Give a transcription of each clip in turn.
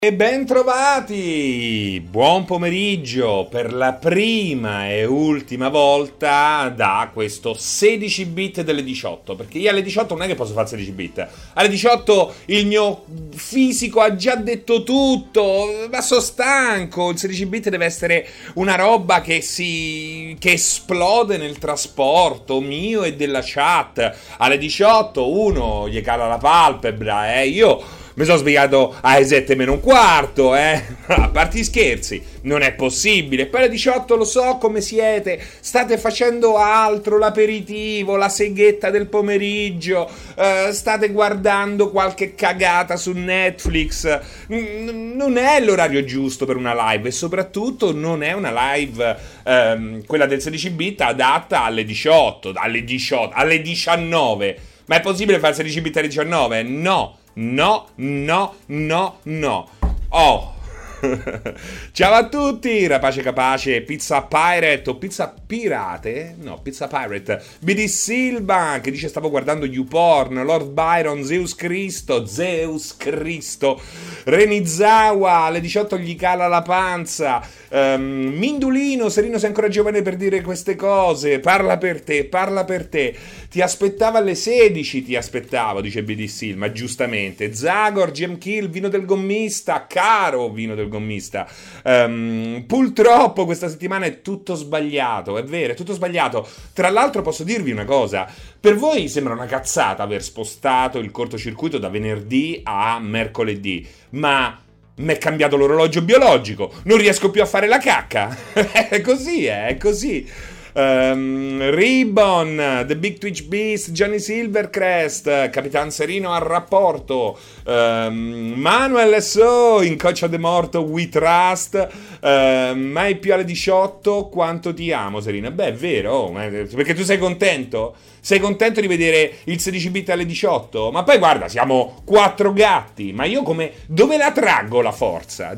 E ben trovati! Buon pomeriggio per la prima e ultima volta da questo 16 bit delle 18, perché io alle 18 non è che posso fare 16 bit. Alle 18 il mio fisico ha già detto tutto, ma sono stanco. Il 16 bit deve essere una roba che esplode nel trasporto mio e della chat. Alle 18 uno gli cala la palpebra, io mi sono svegliato alle 7 meno un quarto, a parte gli scherzi, non è possibile. Poi alle 18 lo so come siete, state facendo altro, l'aperitivo, la seghetta del pomeriggio, state guardando qualche cagata su Netflix. Non è l'orario giusto per una live e soprattutto non è una live, quella del 16 bit, adatta alle 18, alle 19. Ma è possibile fare 16 bit alle 19? No. No. Oh. Ciao a tutti, rapace capace, Pizza Pirate o Pizza Pirate? No, Pizza Pirate. BD Silva che dice stavo guardando YouPorn, Lord Byron, Zeus Cristo, Renizawa, alle 18 gli cala la panza, Mindulino, Serino sei ancora giovane per dire queste cose, parla per te. Ti aspettavo alle 16, dice BD Silva, giustamente. Zagor, GM Kill, vino del gommista, caro vino del gommista. Purtroppo questa settimana è tutto sbagliato, è vero, è tutto sbagliato. Tra l'altro posso dirvi una cosa, per voi sembra una cazzata aver spostato il cortocircuito da venerdì a mercoledì, ma mi è cambiato l'orologio biologico, non riesco più a fare la cacca. È così. Ribbon, The Big Twitch Beast, Johnny Silvercrest, Capitan Serino al rapporto, Manuel So, in Coccia de Morto, We Trust, mai più alle 18, quanto ti amo Serino. Beh, è vero, perché tu sei contento? Sei contento di vedere il 16 bit alle 18? Ma poi guarda, siamo 4 gatti, ma io come... Dove la traggo la forza?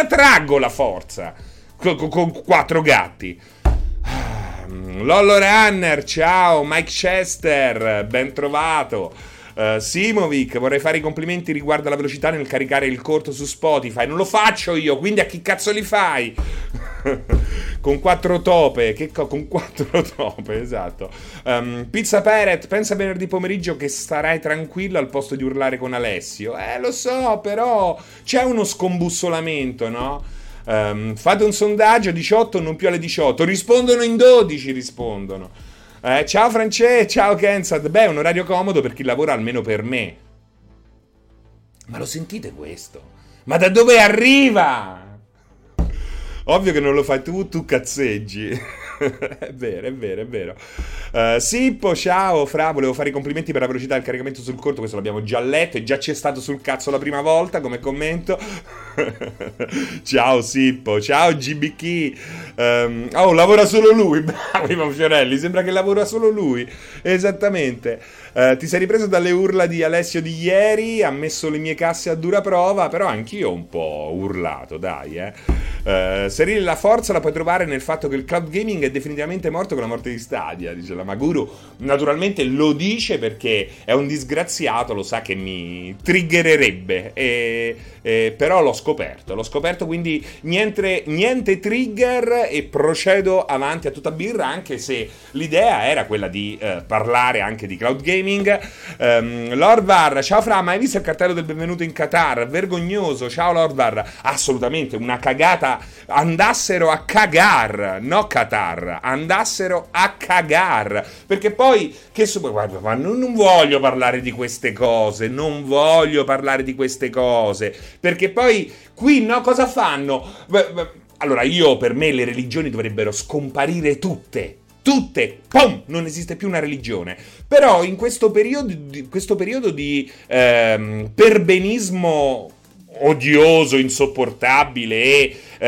Con 4 gatti? Lollo Runner, ciao, Mike Chester, ben trovato. Simovic, vorrei fare i complimenti riguardo alla velocità nel caricare il corto su Spotify. Non lo faccio io, quindi a chi cazzo li fai? Con 4 tope, con 4 tope, esatto. Pizza Pirate, pensa venerdì pomeriggio che starai tranquillo al posto di urlare con Alessio. Lo so, però c'è uno scombussolamento, no? Fate un sondaggio 18 non più alle 18, rispondono in 12. Ciao France, ciao Kensad. Beh, è un orario comodo per chi lavora, almeno per me. Ma lo sentite questo? Ma da dove arriva? Ovvio che non lo fai tu cazzeggi. È vero. Sippo, ciao Fra, volevo fare i complimenti per la velocità del caricamento sul corto. Questo l'abbiamo già letto e già c'è stato sul cazzo la prima volta come commento. Ciao Sippo, ciao GBK. Lavora solo lui. Bravo Fiorelli, sembra che lavora solo lui. Esattamente. Ti sei ripreso dalle urla di Alessio di ieri, ha messo le mie casse a dura prova, però anch'io ho un po' urlato, dai. Serine, la forza la puoi trovare nel fatto che il cloud gaming è definitivamente morto con la morte di Stadia, dice la Maguru. Naturalmente lo dice perché è un disgraziato, lo sa che mi triggererebbe, però l'ho scoperto, quindi niente trigger e procedo avanti a tutta birra, anche se l'idea era quella di parlare anche di cloud gaming. Lordvar, ciao Fra, ma hai visto il cartello del benvenuto in Qatar? Vergognoso, ciao Lordvar. Assolutamente, una cagata. Andassero a cagar, no Qatar, andassero a cagar, perché poi guarda, ma non voglio parlare di queste cose, perché poi qui no, cosa fanno? Allora, per me le religioni dovrebbero scomparire tutte, non esiste più una religione. Però in questo periodo di perbenismo odioso, insopportabile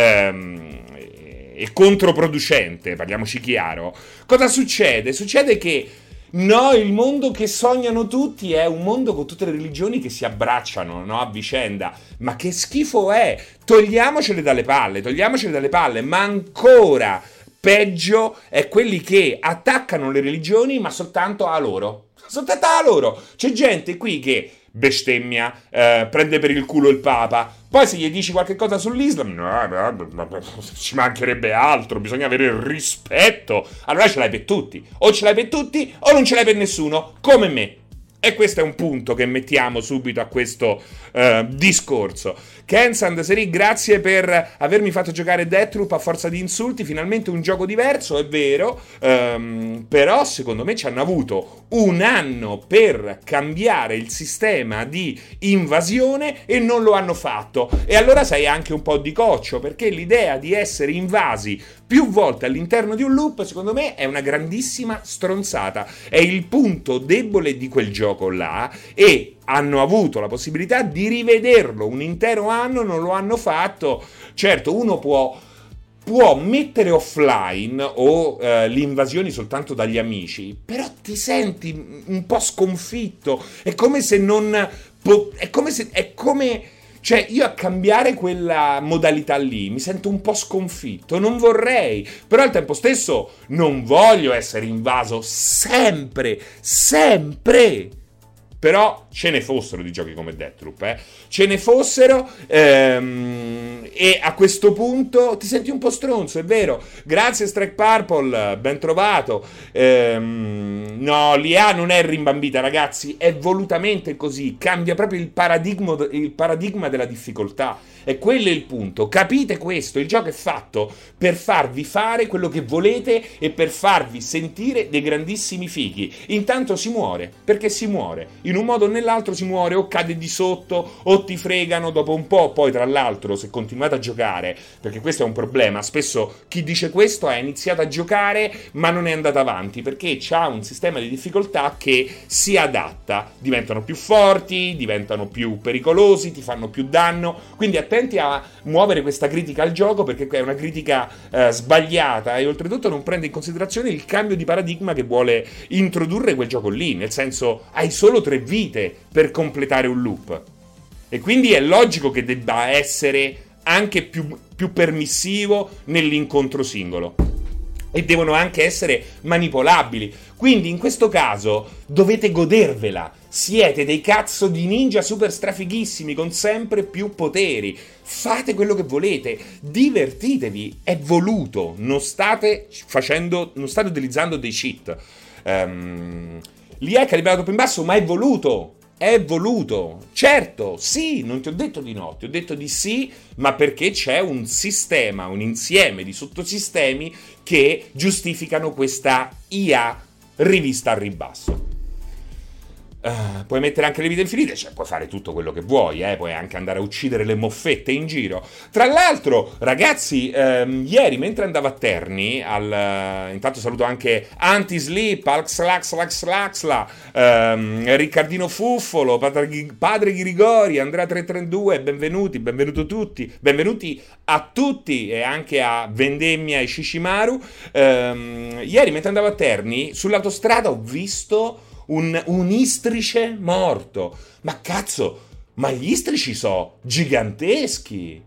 e controproducente, parliamoci chiaro, cosa succede? Succede che il mondo che sognano tutti è un mondo con tutte le religioni che si abbracciano, no, a vicenda. Ma che schifo è? Togliamocele dalle palle, ma ancora peggio è quelli che attaccano le religioni ma soltanto a loro. C'è gente qui che bestemmia, prende per il culo il Papa. Poi se gli dici qualche cosa sull'Islam, no, ci mancherebbe altro, bisogna avere il rispetto. Allora ce l'hai per tutti, o ce l'hai per tutti o non ce l'hai per nessuno, come me. E questo è un punto che mettiamo subito a questo discorso. Kensand Seri, grazie per avermi fatto giocare Deathloop a forza di insulti. Finalmente un gioco diverso, è vero. Però secondo me ci hanno avuto un anno per cambiare il sistema di invasione e non lo hanno fatto. E allora sei anche un po' di coccio, perché l'idea di essere invasi più volte all'interno di un loop, secondo me, è una grandissima stronzata. È il punto debole di quel gioco là, e hanno avuto la possibilità di rivederlo un intero anno, non lo hanno fatto. Certo, uno può mettere offline o le invasioni soltanto dagli amici, però ti senti un po' sconfitto. È come se non... Cioè, io a cambiare quella modalità lì mi sento un po' sconfitto, non vorrei, però al tempo stesso non voglio essere invaso sempre. Però ce ne fossero di giochi come Deathloop, ce ne fossero, e a questo punto ti senti un po' stronzo, è vero. Grazie Strike Purple, ben trovato. No, l'IA non è rimbambita, ragazzi, è volutamente così, cambia proprio il paradigma della difficoltà. E quello è il punto, capite questo? Il gioco è fatto per farvi fare quello che volete e per farvi sentire dei grandissimi fighi. Intanto si muore, perché si muore. In un modo o nell'altro si muore, o cade di sotto, o ti fregano dopo un po'. Poi tra l'altro, se continuate a giocare, perché questo è un problema, spesso chi dice questo ha iniziato a giocare ma non è andato avanti, perché c'ha un sistema di difficoltà che si adatta. Diventano più forti, diventano più pericolosi, ti fanno più danno, quindi attenti a muovere questa critica al gioco, perché è una critica sbagliata, e oltretutto non prende in considerazione il cambio di paradigma che vuole introdurre quel gioco lì, nel senso, hai solo 3 vite per completare un loop, e quindi è logico che debba essere anche più permissivo nell'incontro singolo, e devono anche essere manipolabili. Quindi in questo caso dovete godervela. Siete dei cazzo di ninja super strafighissimi con sempre più poteri. Fate quello che volete, divertitevi, è voluto, non state utilizzando dei cheat. L'IA è calibrato più in basso, ma è voluto. È voluto, certo, sì, non ti ho detto di no, ti ho detto di sì, ma perché c'è un sistema, un insieme di sottosistemi che giustificano questa IA rivista al ribasso. Puoi mettere anche le vite infinite, cioè puoi fare tutto quello che vuoi, puoi anche andare a uccidere le moffette in giro. Tra l'altro, ragazzi, ieri mentre andavo a Terni, intanto saluto anche Anti-Sleep, Alxlaxlaxlaxla, Riccardino Fuffolo, Padre Grigori, Andrea 332, benvenuti a tutti, e anche a Vendemmia e Shishimaru. Ieri mentre andavo a Terni, sull'autostrada ho visto un istrice morto. Ma cazzo, ma gli istrici sono giganteschi.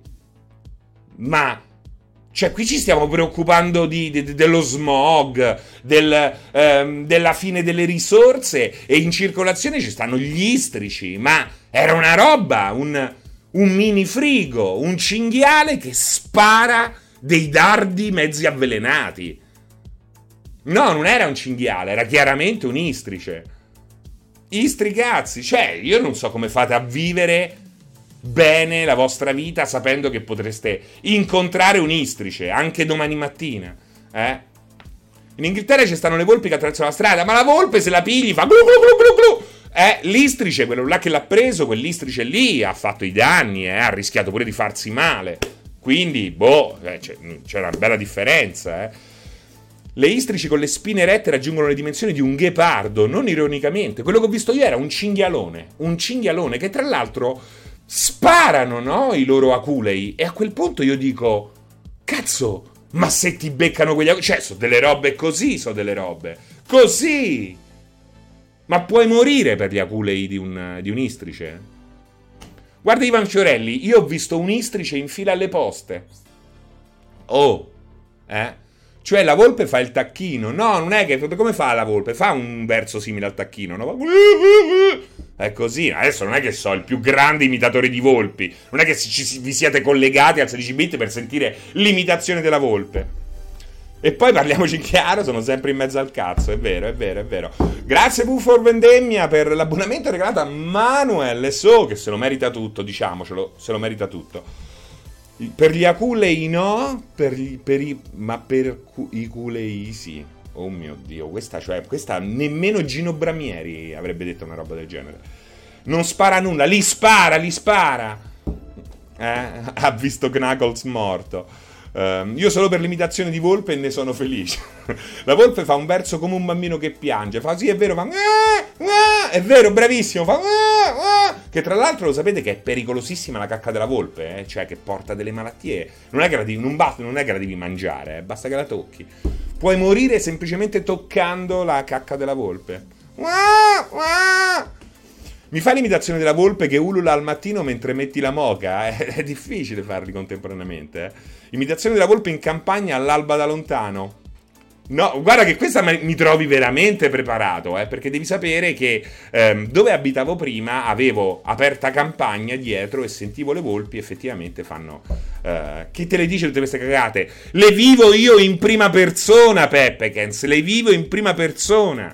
Ma cioè, qui ci stiamo preoccupando dello smog, della fine delle risorse, e in circolazione ci stanno gli istrici. Ma era una roba, un mini frigo, un cinghiale che spara dei dardi mezzi avvelenati. No, non era un cinghiale, era chiaramente un istrice. Istricazzi, cioè, io non so come fate a vivere bene la vostra vita sapendo che potreste incontrare un istrice anche domani mattina, In Inghilterra ci stanno le volpi che attraversano la strada, ma la volpe se la pigli fa glu glu glu glu glu. L'istrice, quello là che l'ha preso, quell'istrice lì ha fatto i danni, ha rischiato pure di farsi male. Quindi, c'è una bella differenza, Le istrici con le spine rette raggiungono le dimensioni di un ghepardo, non ironicamente. Quello che ho visto io era un cinghialone che tra l'altro sparano, no, i loro aculei, e a quel punto io dico, cazzo, ma se ti beccano quegli aculei, cioè, sono delle robe così, così, ma puoi morire per gli aculei di un istrice. Guarda Ivan Fiorelli, io ho visto un istrice in fila alle poste. Cioè la volpe fa il tacchino. No, non è che... Come fa la volpe? Fa un verso simile al tacchino, no? È così. Adesso non è che so il più grande imitatore di volpi. Non è che vi siete collegati al 16 bit per sentire l'imitazione della volpe. E poi parliamoci in chiaro, sono sempre in mezzo al cazzo, è vero, è vero, è vero. Grazie Bufor Vendemmia per l'abbonamento regalato a Manuel So, che se lo merita tutto, diciamocelo, se lo merita tutto. Per gli aculei no, ma per i culei sì. Oh mio Dio, questa nemmeno Gino Bramieri avrebbe detto una roba del genere. Non spara nulla, li spara, li spara. Ha visto Knuckles morto. Io solo per l'imitazione di volpe ne sono felice. La volpe fa un verso come un bambino che piange. Fa sì, è vero, fa è vero, bravissimo, fa che tra l'altro lo sapete che è pericolosissima la cacca della volpe, cioè che porta delle malattie. Non è che la devi mangiare, basta che la tocchi. Puoi morire semplicemente toccando la cacca della volpe. Mi fa l'imitazione della volpe che ulula al mattino mentre metti la moca? È difficile farli contemporaneamente. Imitazione della volpe in campagna all'alba da lontano. No, guarda che questa mi trovi veramente preparato, perché devi sapere che dove abitavo prima avevo aperta campagna dietro e sentivo le volpi effettivamente fanno... chi te le dice tutte queste cagate? Le vivo io in prima persona, Peppekens, le vivo in prima persona.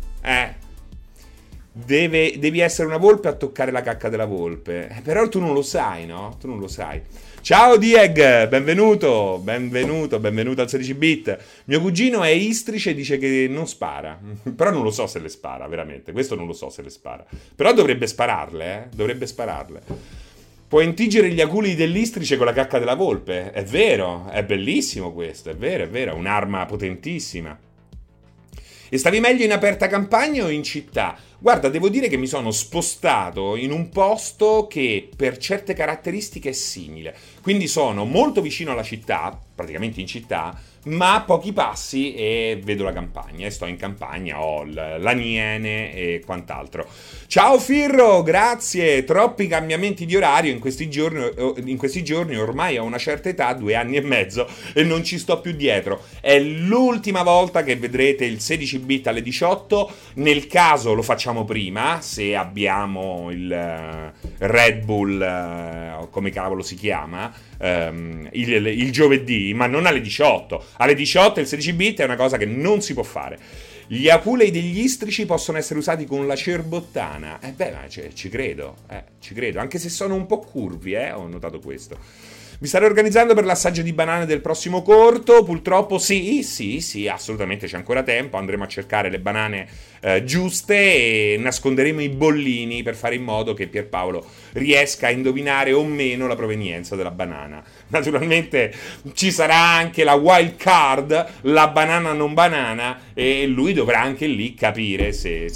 Devi essere una volpe a toccare la cacca della volpe. Però tu non lo sai, no? Tu non lo sai. Ciao Dieg, benvenuto al 16 bit. Mio cugino è istrice e dice che non spara. Però non lo so se le spara, veramente. Questo non lo so se le spara. Però dovrebbe spararle, dovrebbe spararle. Puoi intingere gli aculi dell'istrice con la cacca della volpe. È vero, è bellissimo questo, è vero, è un'arma potentissima. E stavi meglio in aperta campagna o in città? Guarda, devo dire che mi sono spostato in un posto che per certe caratteristiche è simile. Quindi sono molto vicino alla città, praticamente in città, ma a pochi passi e vedo la campagna. E sto in campagna, ho l'aniene e quant'altro. Ciao Firro, grazie! Troppi cambiamenti di orario in questi giorni, ormai ho una certa età, 2 anni e mezzo, e non ci sto più dietro. È l'ultima volta che vedrete il 16 bit alle 18, nel caso lo facciamo prima, se abbiamo il Red Bull, come cavolo si chiama, il giovedì, ma non alle 18. Alle 18 il 16 bit è una cosa che non si può fare. Gli aculei degli istrici possono essere usati con la cerbottana. Ci credo, anche se sono un po' curvi, ho notato questo. Vi starei organizzando per l'assaggio di banane del prossimo corto? Purtroppo sì, assolutamente c'è ancora tempo. Andremo a cercare le banane giuste e nasconderemo i bollini per fare in modo che Pierpaolo riesca a indovinare o meno la provenienza della banana. Naturalmente ci sarà anche la wild card, la banana non banana, e lui dovrà anche lì capire se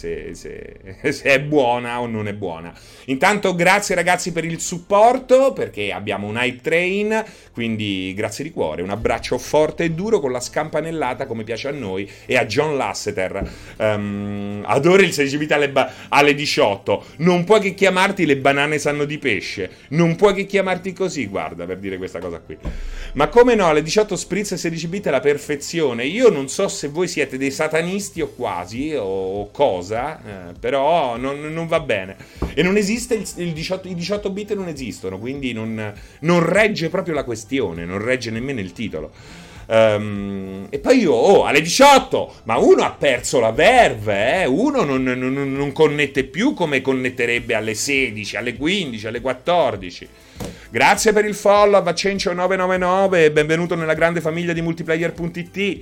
è buona o non è buona. Intanto grazie ragazzi per il supporto, perché abbiamo un hype train, quindi grazie di cuore, un abbraccio forte e duro con la scampanellata come piace a noi e a John Lasseter. Adoro il 16 bit alle 18. Non puoi che chiamarti le banane sanno di pesce, non puoi che chiamarti così, guarda, per dire questa cosa qui. Ma come no, alle 18 spritz e 16 bit è la perfezione. Io non so se voi siete dei satanisti o quasi o cosa, però non va bene. E non esiste i 18 bit non esistono, quindi non regge proprio la questione, non regge nemmeno il titolo. E poi io, alle 18, ma uno ha perso la verve, uno non connette più come connetterebbe alle 16, alle 15, alle 14. Grazie per il follow a Cencio999 e benvenuto nella grande famiglia di multiplayer.it.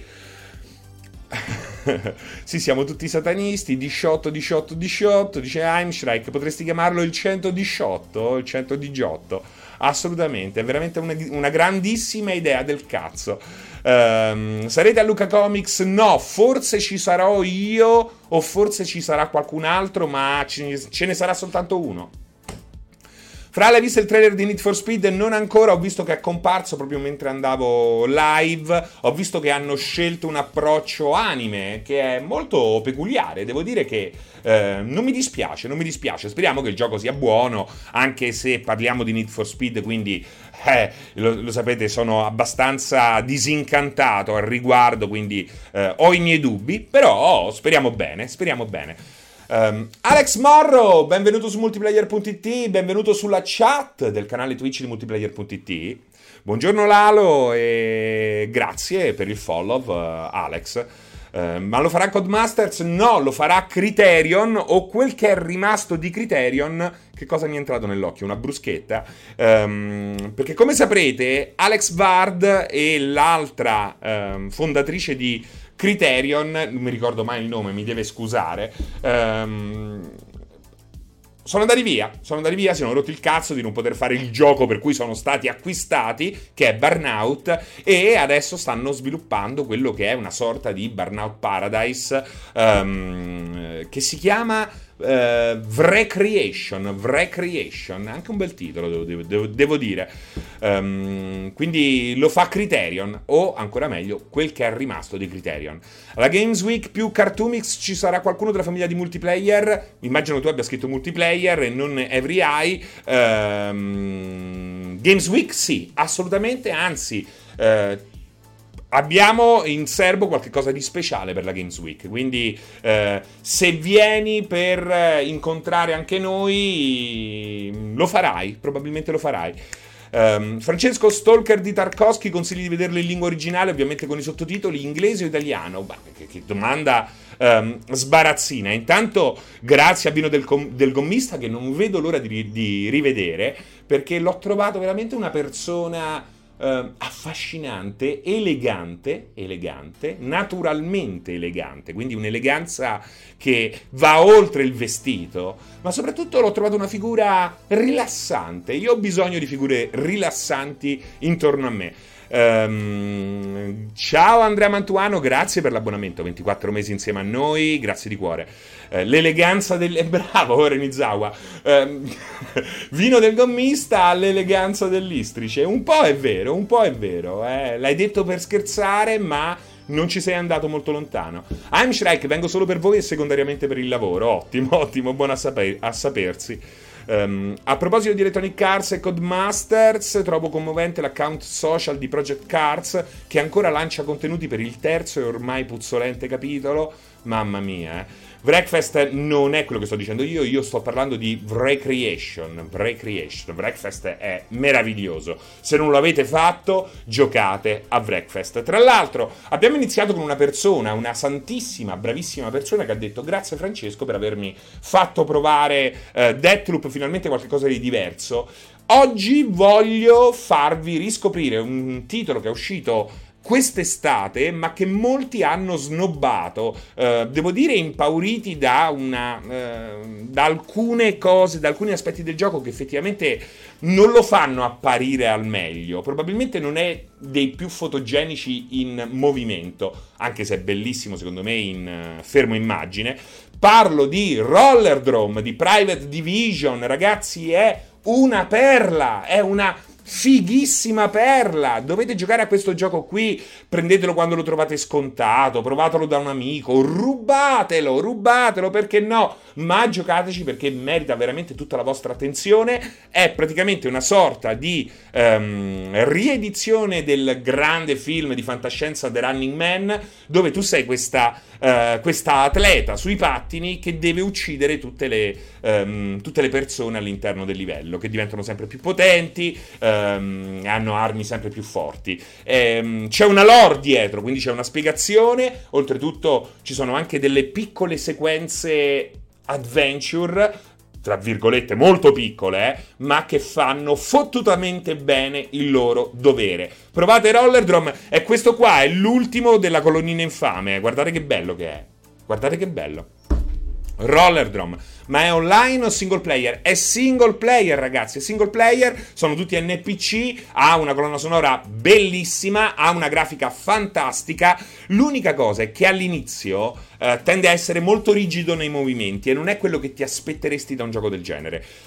Sì, siamo tutti satanisti. 18, dice Heimschreich. Potresti chiamarlo il 118, il 118. Assolutamente, è veramente una grandissima idea del cazzo. Sarete a Luca Comics? No, forse ci sarò io o forse ci sarà qualcun altro, ma ce ne sarà soltanto uno. Fra, l'hai visto il trailer di Need for Speed? Non ancora, ho visto che è comparso proprio mentre andavo live, ho visto che hanno scelto un approccio anime che è molto peculiare, devo dire che non mi dispiace, speriamo che il gioco sia buono, anche se parliamo di Need for Speed, quindi lo sapete, sono abbastanza disincantato al riguardo, quindi ho i miei dubbi, però speriamo bene. Alex Morro, benvenuto su multiplayer.it, benvenuto sulla chat del canale Twitch di multiplayer.it. Buongiorno Lalo e grazie per il follow, Alex. Ma lo farà Codemasters? No, lo farà Criterion, o quel che è rimasto di Criterion. Che cosa mi è entrato nell'occhio? Una bruschetta. Perché come saprete, Alex Ward e l'altra fondatrice di Criterion, non mi ricordo mai il nome, mi deve scusare, sono andati via, si sono rotti il cazzo di non poter fare il gioco per cui sono stati acquistati, che è Burnout, e adesso stanno sviluppando quello che è una sorta di Burnout Paradise, che si chiama Vrecreation, anche un bel titolo devo dire. Quindi lo fa Criterion, o ancora meglio quel che è rimasto di Criterion. Alla Games Week più Cartoomix ci sarà qualcuno della famiglia di multiplayer? Immagino tu abbia scritto multiplayer e non Every Eye. Games Week sì, assolutamente, anzi abbiamo in serbo qualcosa di speciale per la Games Week, quindi se vieni per incontrare anche noi probabilmente lo farai. Francesco, Stalker di Tarkovsky, consigli di vederlo in lingua originale, ovviamente con i sottotitoli inglese o italiano? Che domanda sbarazzina. Intanto grazie a Vino del Gommista, che non vedo l'ora di rivedere, perché l'ho trovato veramente una persona affascinante, elegante, naturalmente elegante, quindi un'eleganza che va oltre il vestito, ma soprattutto l'ho trovato una figura rilassante. Io ho bisogno di figure rilassanti intorno a me. Ciao Andrea Mantuano, grazie per l'abbonamento, 24 mesi insieme a noi, grazie di cuore. L'eleganza del... bravo Renizawa. Vino del Gommista all'eleganza dell'Istrice. Un po' è vero, l'hai detto per scherzare, ma non ci sei andato molto lontano. Heimschreich, vengo solo per voi e secondariamente per il lavoro. Ottimo, buono a sapersi. A proposito di Electronic Arts e Codemasters, trovo commovente l'account social di Project Cars, che ancora lancia contenuti per il terzo e ormai puzzolente capitolo. Mamma mia, Wreckfest non è quello che sto dicendo io sto parlando di Wreckreation. Wreckfest è meraviglioso. Se non lo avete fatto, giocate a Wreckfest. Tra l'altro abbiamo iniziato con una persona, una santissima, bravissima persona, che ha detto: grazie Francesco per avermi fatto provare Deathloop, finalmente qualcosa di diverso. Oggi voglio farvi riscoprire un titolo che è uscito quest'estate, ma che molti hanno snobbato, devo dire impauriti da alcune cose, da alcuni aspetti del gioco che effettivamente non lo fanno apparire al meglio. Probabilmente non è dei più fotogenici in movimento, anche se è bellissimo secondo me in fermo immagine. Parlo di Rollerdrome, di Private Division. Ragazzi, è una perla, è una fighissima perla. Dovete giocare a questo gioco qui, prendetelo quando lo trovate scontato, provatelo da un amico, rubatelo, perché no, ma giocateci, perché merita veramente tutta la vostra attenzione. È praticamente una sorta di riedizione del grande film di fantascienza The Running Man, dove tu sei questa atleta sui pattini che deve uccidere tutte le persone all'interno del livello, che diventano sempre più potenti, hanno armi sempre più forti. C'è una lore dietro, quindi c'è una spiegazione. Oltretutto ci sono anche delle piccole sequenze adventure, tra virgolette molto piccole, ma che fanno fottutamente bene il loro dovere. Provate Rollerdrome, e questo qua è l'ultimo della colonnina infame. Guardate che bello che è, guardate che bello. Rollerdrome, ma è online o single player? È single player, ragazzi, è single player, sono tutti NPC, ha una colonna sonora bellissima, ha una grafica fantastica. L'unica cosa è che all'inizio tende a essere molto rigido nei movimenti e non è quello che ti aspetteresti da un gioco del genere.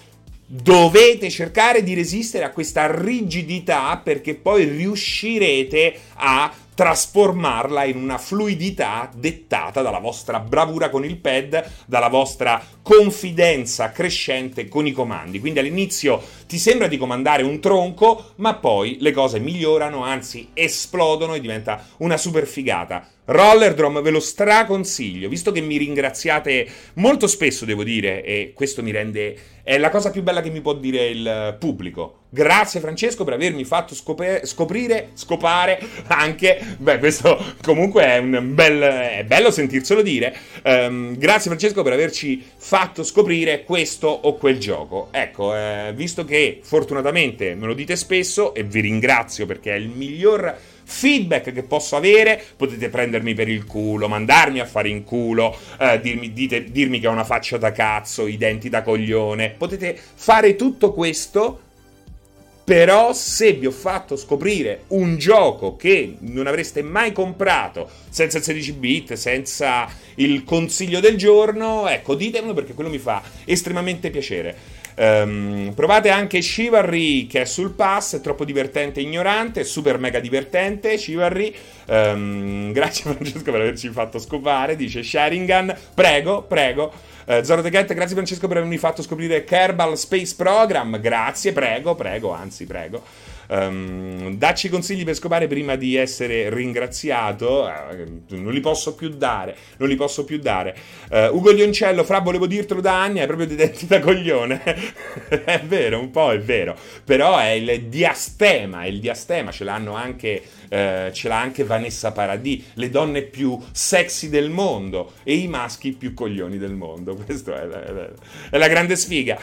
dovete cercare di resistere a questa rigidità, perché poi riuscirete a trasformarla in una fluidità dettata dalla vostra bravura con il pad, dalla vostra confidenza crescente con i comandi. Quindi all'inizio ti sembra di comandare un tronco, ma poi le cose migliorano, anzi esplodono e diventa una super figata. Rollerdrome ve lo straconsiglio, visto che mi ringraziate molto spesso, devo dire, e questo mi rende... è la cosa più bella che mi può dire il pubblico. Grazie Francesco per avermi fatto scopare anche... Beh, questo comunque è è bello sentirselo dire. Grazie Francesco per averci fatto scoprire questo o quel gioco. Ecco, visto che fortunatamente me lo dite spesso, e vi ringrazio perché è il miglior feedback che posso avere, potete prendermi per il culo, mandarmi a fare in culo, dirmi che ho una faccia da cazzo, i denti da coglione, potete fare tutto questo, però se vi ho fatto scoprire un gioco che non avreste mai comprato, senza il 16 bit, senza il consiglio del giorno, ecco, ditemelo perché quello mi fa estremamente piacere. Provate anche Chivalry, che è sul pass, è troppo divertente e ignorante, è super mega divertente Chivalry. Grazie Francesco per averci fatto scopare, dice Sharingan, prego. Zoro The Cat, grazie Francesco per avermi fatto scoprire Kerbal Space Program, grazie, prego, anzi prego. Dacci consigli per scopare prima di essere ringraziato. Non li posso più dare. Ugo Lioncello, Fra, volevo dirtelo da anni, hai proprio dei denti da coglione. È vero, un po' è vero, però è il diastema, ce l'ha anche Vanessa Paradis, le donne più sexy del mondo e i maschi più coglioni del mondo. Questo è la grande sfiga.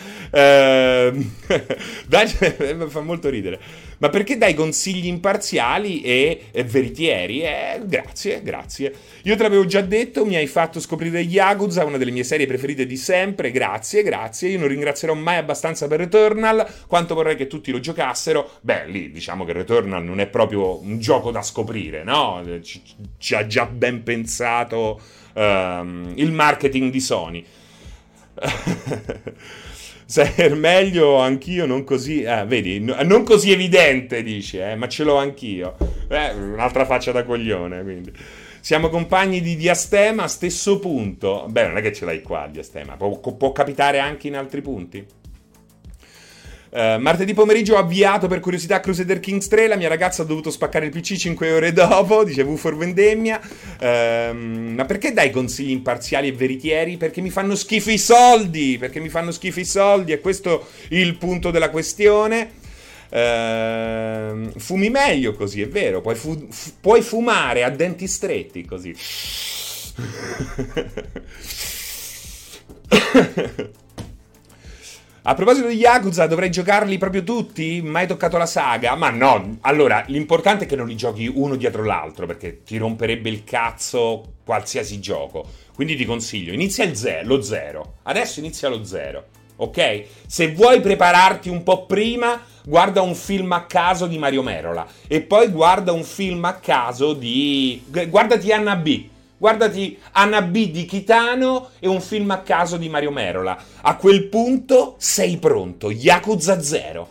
Dai, fa molto ridere. Ma perché dai consigli imparziali e veritieri? Grazie. Io te l'avevo già detto, mi hai fatto scoprire Yakuza, una delle mie serie preferite di sempre. Grazie. Io non ringrazierò mai abbastanza per Returnal, quanto vorrei che tutti lo giocassero. Beh, lì diciamo che Returnal non è proprio un gioco da scoprire, no? Ci ha già ben pensato il marketing di Sony. Se meglio anch'io, non così... vedi, non così evidente, dice, ma ce l'ho anch'io. Un'altra faccia da coglione, quindi. Siamo compagni di diastema, stesso punto. Beh, non è che ce l'hai qua, diastema. Può capitare anche in altri punti. Martedì pomeriggio ho avviato per curiosità Crusader Kings 3, la mia ragazza ha dovuto spaccare il PC 5 ore dopo, dice V for Vendemmia. Ma perché dai consigli imparziali e veritieri? Perché mi fanno schifo i soldi, e questo è il punto della questione. Fumi meglio così, è vero, puoi fumare a denti stretti così. A proposito di Yakuza, dovrei giocarli proprio tutti? Mai toccato la saga? Ma no, allora, l'importante è che non li giochi uno dietro l'altro, perché ti romperebbe il cazzo qualsiasi gioco. Quindi ti consiglio, inizia lo 0. Adesso inizia lo 0, ok? Se vuoi prepararti un po' prima, guarda un film a caso di Mario Merola. E poi guarda un film a caso di... guardati Anna B. Guardati Anna B di Kitano e un film a caso di Mario Merola. A quel punto sei pronto. Yakuza 0.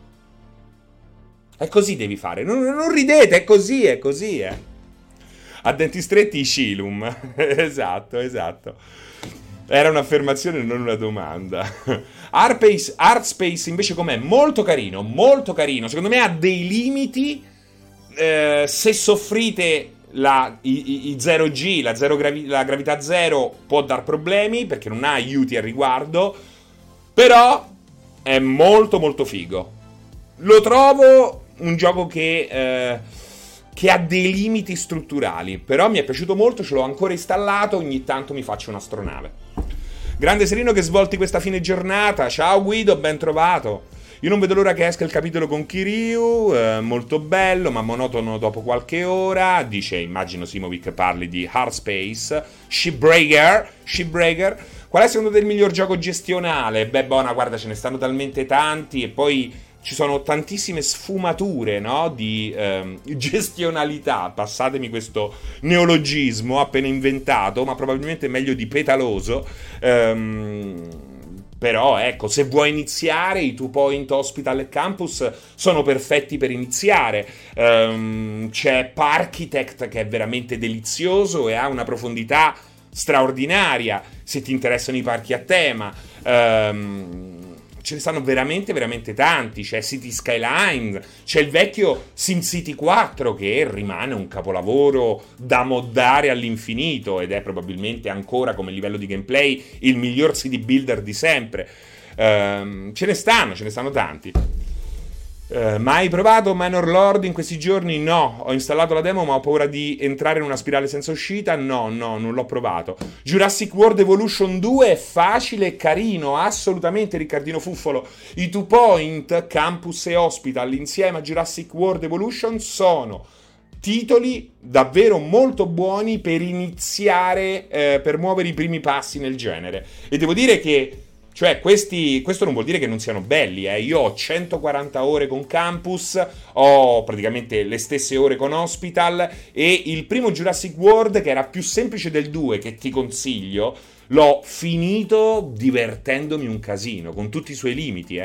È così devi fare. Non ridete, è così. A denti stretti Shilum. Esatto. Era un'affermazione, non una domanda. Artspace invece com'è? Molto carino. Secondo me ha dei limiti. Se soffrite... i 0G, la gravità zero può dar problemi perché non ha aiuti al riguardo, però è molto molto figo. Lo trovo un gioco che ha dei limiti strutturali, però mi è piaciuto molto, ce l'ho ancora installato, ogni tanto mi faccio un'astronave. Grande Serino, che svolti questa fine giornata. Ciao Guido, ben trovato. Io non vedo l'ora che esca il capitolo con Kiryu, molto bello ma monotono dopo qualche ora. Dice, immagino Simovic parli di Hardspace. Shipbreaker. Qual è secondo te il miglior gioco gestionale? Beh, buona, guarda, ce ne stanno talmente tanti e poi ci sono tantissime sfumature, no? Di gestionalità. Passatemi questo neologismo appena inventato, ma probabilmente meglio di petaloso. Però ecco, se vuoi iniziare, i Two Point Hospital e Campus sono perfetti per iniziare. C'è Parchitect che è veramente delizioso e ha una profondità straordinaria se ti interessano i parchi a tema. Ce ne stanno veramente veramente tanti. C'è City Skyline, c'è il vecchio SimCity 4 che rimane un capolavoro da moddare all'infinito ed è probabilmente ancora come livello di gameplay il miglior city builder di sempre. Ce ne stanno tanti. Mai provato Manor Lord in questi giorni? No, ho installato la demo ma ho paura di entrare in una spirale senza uscita. No, non l'ho provato. Jurassic World Evolution 2 è facile e carino, assolutamente, Riccardino Fuffolo. I Two Point, Campus e Hospital insieme a Jurassic World Evolution sono titoli davvero molto buoni per iniziare, per muovere i primi passi nel genere. E devo dire che questo non vuol dire che non siano belli, Io ho 140 ore con Campus, ho praticamente le stesse ore con Hospital e il primo Jurassic World, che era più semplice del 2, che ti consiglio, l'ho finito divertendomi un casino, con tutti i suoi limiti,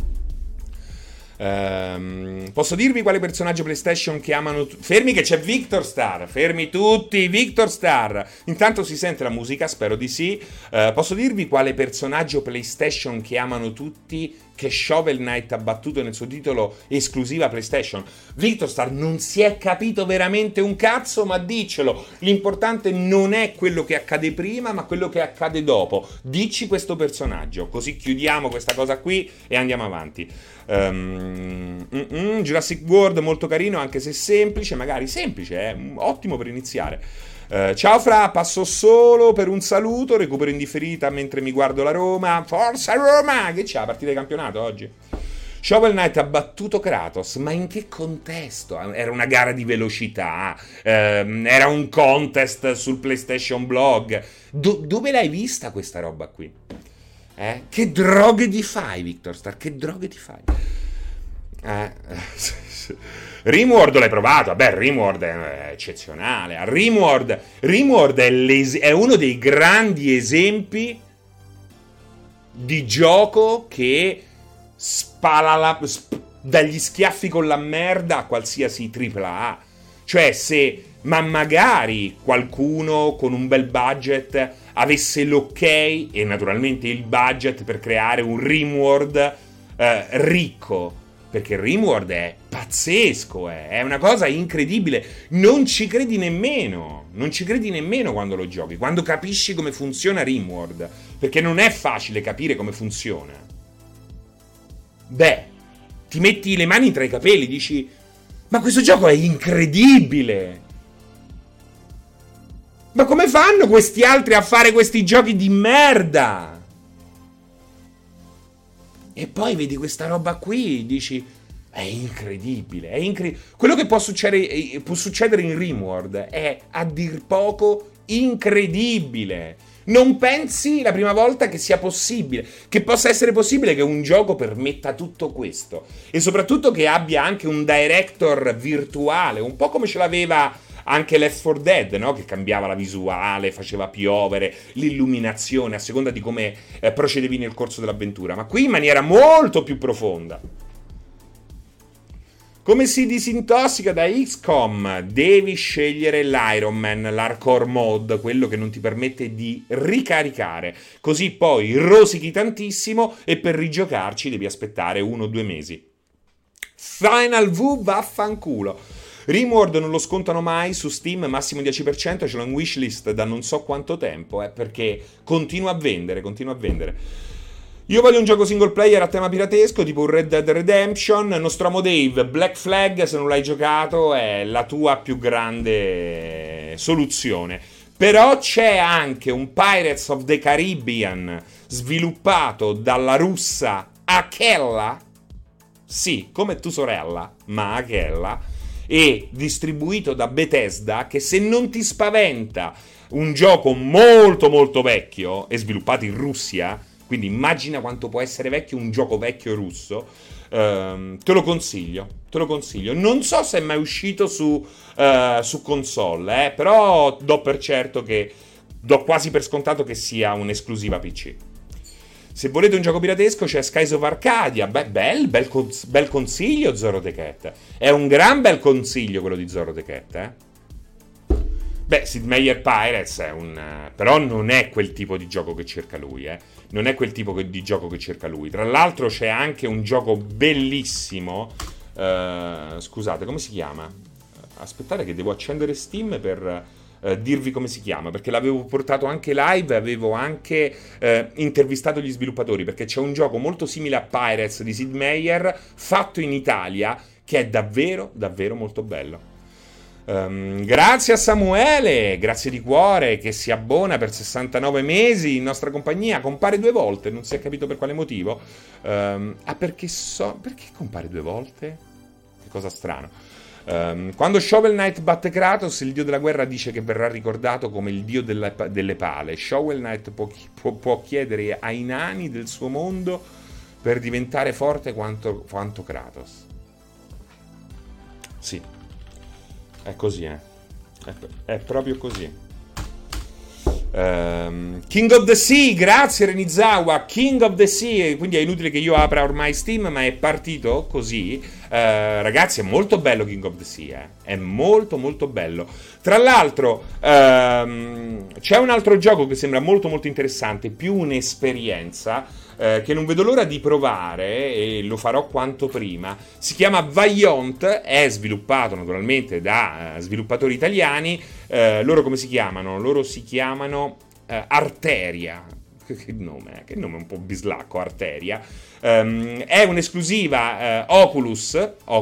Posso dirvi quale personaggio PlayStation chiamano fermi che c'è Victor Star, fermi tutti, Victor Star, intanto si sente la musica, spero di sì. Posso dirvi quale personaggio PlayStation chiamano tutti che Shovel Knight ha battuto nel suo titolo esclusiva PlayStation? Victor Star, non si è capito veramente un cazzo, ma diccelo, l'importante non è quello che accade prima ma quello che accade dopo. Dici questo personaggio, così chiudiamo questa cosa qui e andiamo avanti. Jurassic World molto carino, anche se semplice, magari semplice, ottimo per iniziare. Ciao Fra, passo solo per un saluto, recupero in differita mentre mi guardo la Roma. Forza Roma! Che c'è la partita di campionato oggi? Shovel Knight ha battuto Kratos, ma in che contesto? Era una gara di velocità, era un contest sul PlayStation Blog. Dove l'hai vista questa roba qui? Che droghe ti fai, Victor Star? Che droghe ti fai? Rimworld l'hai provato? Beh, Rimworld è eccezionale. Rimworld è uno dei grandi esempi di gioco che spala dagli schiaffi con la merda a qualsiasi AAA. Cioè, ma magari qualcuno con un bel budget avesse l'ok e naturalmente il budget per creare un Rimworld ricco, perché Rimworld è pazzesco, è una cosa incredibile, non ci credi nemmeno quando lo giochi, quando capisci come funziona Rimworld, perché non è facile capire come funziona. Beh, ti metti le mani tra i capelli, dici, ma questo gioco è incredibile! Ma come fanno questi altri a fare questi giochi di merda? E poi vedi questa roba qui, dici, è incredibile, quello che può succedere in Rimworld è a dir poco incredibile. Non pensi la prima volta che sia possibile, che possa essere possibile che un gioco permetta tutto questo, e soprattutto che abbia anche un director virtuale, un po' come ce l'aveva anche Left 4 Dead, no? Che cambiava la visuale, faceva piovere, l'illuminazione a seconda di come procedevi nel corso dell'avventura, ma qui in maniera molto più profonda. Come si disintossica da XCOM? Devi scegliere l'Iron Man, l'Hardcore Mode, quello che non ti permette di ricaricare, così poi rosichi tantissimo e per rigiocarci devi aspettare 1 o 2 mesi. Final V vaffanculo. Rimworld non lo scontano mai su Steam, massimo 10%, ce l'ho in wishlist da non so quanto tempo, perché continua a vendere. Io voglio un gioco single player a tema piratesco, tipo un Red Dead Redemption. Nostromo Dave, Black Flag, se non l'hai giocato, è la tua più grande soluzione. Però c'è anche un Pirates of the Caribbean sviluppato dalla russa Akella, sì, come tua sorella, ma Akella, e distribuito da Bethesda, che se non ti spaventa un gioco molto molto vecchio e sviluppato in Russia, quindi immagina quanto può essere vecchio un gioco vecchio russo, te lo consiglio. Non so se è mai uscito su console, però do quasi per scontato che sia un'esclusiva PC. Se volete un gioco piratesco c'è Skies of Arcadia. Beh, bel consiglio Zorro the Cat. È un gran bel consiglio quello di Zorro the Cat, eh? Beh, Sid Meier Pirates è un... però non è quel tipo di gioco che cerca lui, eh. Non è quel tipo di gioco che cerca lui. Tra l'altro c'è anche un gioco bellissimo. Scusate, come si chiama? Aspettate che devo accendere Steam per dirvi come si chiama, perché l'avevo portato anche live e avevo anche intervistato gli sviluppatori, perché c'è un gioco molto simile a Pirates di Sid Meier fatto in Italia che è davvero, davvero molto bello. Grazie a Samuele, grazie di cuore, che si abbona per 69 mesi in nostra compagnia. Compare 2 volte, non si è capito per quale motivo. Perché compare 2 volte? Che cosa strano. Quando Shovel Knight batte Kratos, il dio della guerra dice che verrà ricordato come il dio delle pale. Shovel Knight può chiedere ai nani del suo mondo per diventare forte quanto Kratos. Sì. È così, è proprio così. King of the Sea, grazie Renizawa. King of the Sea, quindi è inutile che io apra ormai Steam, ma è partito così. Ragazzi, è molto bello King of the Sea, è molto molto bello. Tra l'altro c'è un altro gioco che sembra molto molto interessante, più un'esperienza che non vedo l'ora di provare e lo farò quanto prima. Si chiama Vaillant, è sviluppato naturalmente da sviluppatori italiani. Loro come si chiamano? Loro si chiamano Arteria. Che nome un po' bislacco, Arteria. È un'esclusiva Oculus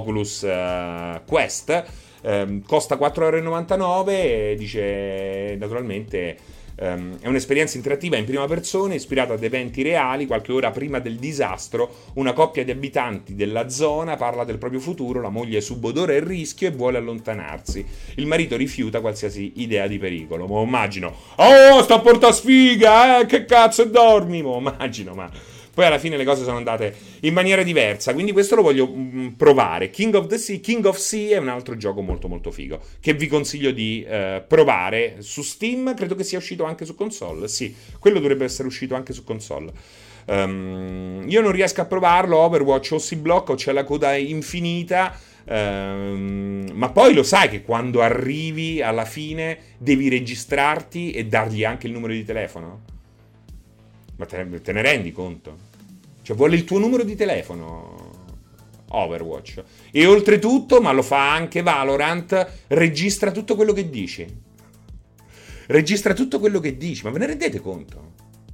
Quest. Costa 4,99 €. Dice naturalmente è un'esperienza interattiva in prima persona ispirata ad eventi reali. Qualche ora prima del disastro, una coppia di abitanti della zona parla del proprio futuro, la moglie subodora il rischio e vuole allontanarsi. Il marito rifiuta qualsiasi idea di pericolo. Ma immagino, sta a porta sfiga, che cazzo dormi? Ma immagino, ma... Poi alla fine le cose sono andate in maniera diversa, quindi questo lo voglio provare. King of Sea è un altro gioco molto molto figo, che vi consiglio di provare su Steam. Credo che sia uscito anche su console. Sì, quello dovrebbe essere uscito anche su console. Io non riesco a provarlo, Overwatch, o si blocca o c'è la coda infinita. Ma poi lo sai che quando arrivi alla fine devi registrarti e dargli anche il numero di telefono? Ma te ne rendi conto? Cioè vuole il tuo numero di telefono Overwatch. E oltretutto, ma lo fa anche Valorant, registra tutto quello che dici. Registra tutto quello che dici. Ma ve ne rendete conto?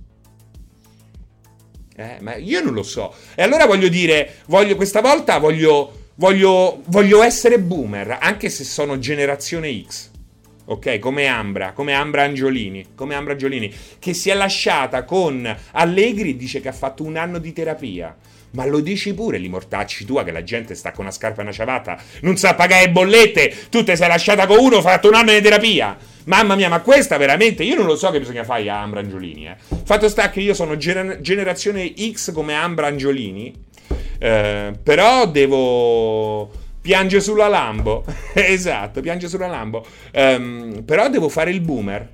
Ma io non lo so. E allora questa volta voglio essere boomer, anche se sono generazione X. Ok, come Ambra Angiolini, che si è lasciata con Allegri e dice che ha fatto 1 anno di terapia. Ma lo dici pure, li mortacci tua, che la gente sta con una scarpa e una ciabatta, non sa pagare le bollette, tu te sei lasciata con uno, hai fatto 1 anno di terapia. Mamma mia, ma questa veramente, io non lo so che bisogna fare a Ambra Angiolini, Fatto sta che io sono generazione X come Ambra Angiolini, però devo... Piange sulla Lambo. Esatto, piange sulla Lambo. Però devo fare il boomer.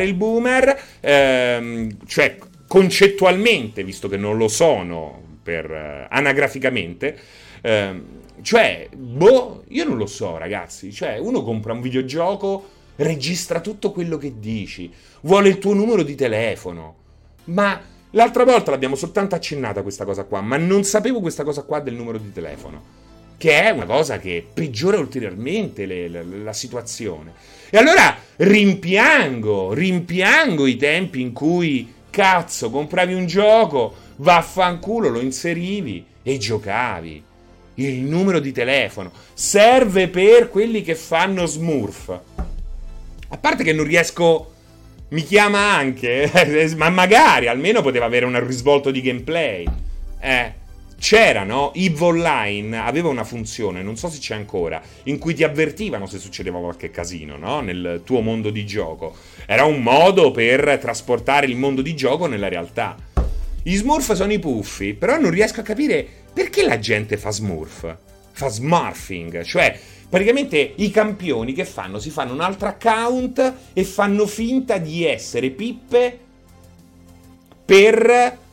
Cioè, concettualmente, visto che non lo sono anagraficamente. Cioè, io non lo so, ragazzi. Cioè, uno compra un videogioco, registra tutto quello che dici, vuole il tuo numero di telefono. Ma l'altra volta l'abbiamo soltanto accennata questa cosa qua, ma non sapevo questa cosa qua del numero di telefono, che è una cosa che peggiora ulteriormente la situazione. E allora rimpiango i tempi in cui, cazzo, compravi un gioco, vaffanculo, lo inserivi e giocavi. Il numero di telefono serve per quelli che fanno Smurf. A parte che non riesco... Mi chiama anche, ma magari almeno poteva avere un risvolto di gameplay. C'era, no? EVE Online aveva una funzione, non so se c'è ancora, in cui ti avvertivano se succedeva qualche casino, no? Nel tuo mondo di gioco. Era un modo per trasportare il mondo di gioco nella realtà. Gli Smurf sono i puffi, però non riesco a capire perché la gente fa Smurf. Fa smurfing, cioè praticamente i campioni che fanno? Si fanno un altro account e fanno finta di essere pippe per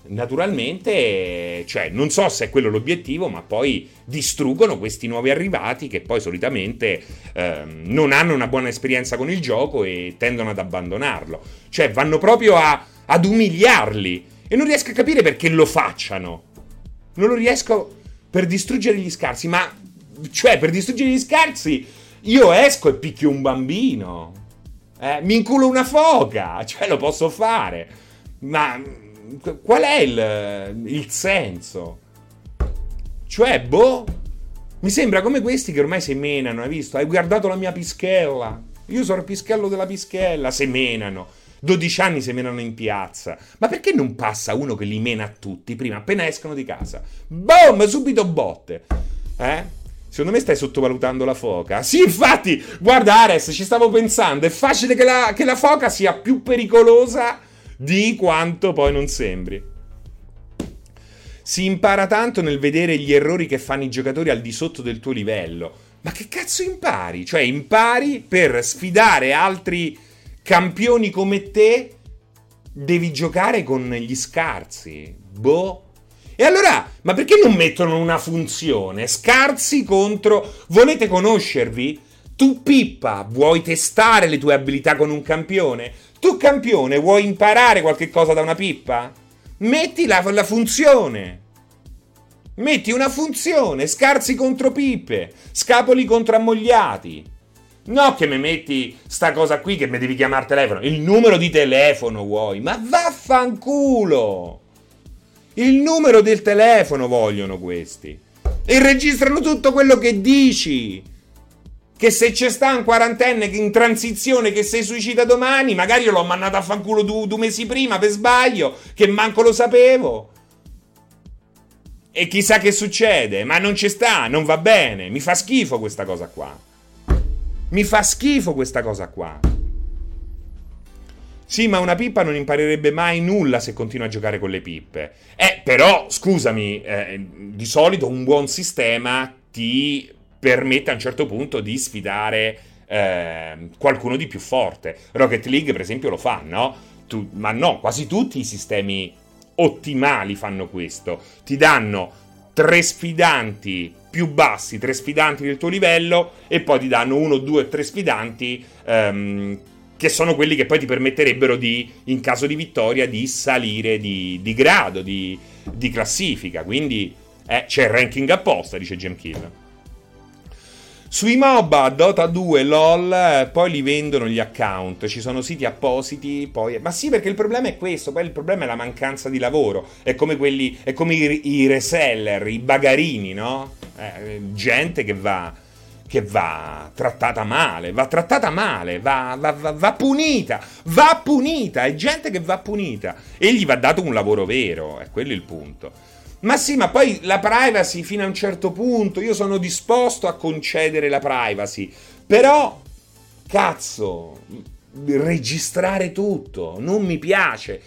naturalmente, cioè, non so se è quello l'obiettivo, ma poi distruggono questi nuovi arrivati che poi solitamente non hanno una buona esperienza con il gioco e tendono ad abbandonarlo. Cioè, vanno proprio ad umiliarli. E non riesco a capire perché lo facciano. Non lo riesco per distruggere gli scarsi, ma cioè, per distruggere gli scarsi io esco e picchio un bambino. Mi inculo una foca, cioè lo posso fare. Ma qual è il senso? Cioè, mi sembra come questi che ormai semenano, hai visto? Hai guardato la mia pischella? Io sono il pischello della pischella, semenano. 12 anni semenano in piazza. Ma perché non passa uno che li mena a tutti prima, appena escono di casa? Boom, subito botte. Secondo me stai sottovalutando la foca. Sì, infatti, guarda Ares, ci stavo pensando, è facile che la foca sia più pericolosa di quanto poi non sembri. Si impara tanto nel vedere gli errori che fanno i giocatori al di sotto del tuo livello. Ma che cazzo impari? Cioè, impari per sfidare altri campioni come te, devi giocare con gli scarsi. E allora, ma perché non mettono una funzione? Scarsi contro... Volete conoscervi? Tu, Pippa, vuoi testare le tue abilità con un campione? Tu, campione, vuoi imparare qualche cosa da una Pippa? Metti la funzione. Metti una funzione. Scarsi contro pippe. Scapoli contro ammogliati. No che mi metti sta cosa qui che mi devi chiamare al telefono. Il numero di telefono vuoi? Ma vaffanculo! Il numero del telefono vogliono questi. E registrano tutto quello che dici. Che se c'è sta un quarantenne in transizione che si suicida domani, magari io l'ho mandato a fanculo 2 mesi prima per sbaglio, che manco lo sapevo. E chissà che succede, ma non ci sta, non va bene. Mi fa schifo questa cosa qua. Mi fa schifo questa cosa qua. Sì, ma una pippa non imparerebbe mai nulla se continua a giocare con le pippe. Però, scusami, di solito un buon sistema ti permette a un certo punto di sfidare qualcuno di più forte. Rocket League, per esempio, lo fa, no? Ma no, quasi tutti i sistemi ottimali fanno questo. Ti danno 3 sfidanti più bassi, 3 sfidanti del tuo livello, e poi ti danno 1, 2, 3 sfidanti che sono quelli che poi ti permetterebbero di, in caso di vittoria, di salire di grado, di classifica. Quindi c'è il ranking apposta, dice Gemkill. Sui MOBA, Dota 2, LOL, poi li vendono gli account, ci sono siti appositi, poi... Ma sì, perché il problema è questo, poi il problema è la mancanza di lavoro, è come i reseller, i bagarini, no? Gente che va trattata male, va punita, è gente che va punita, e gli va dato un lavoro vero, è quello il punto. Ma sì, ma poi la privacy fino a un certo punto, io sono disposto a concedere la privacy, però, cazzo, registrare tutto, non mi piace,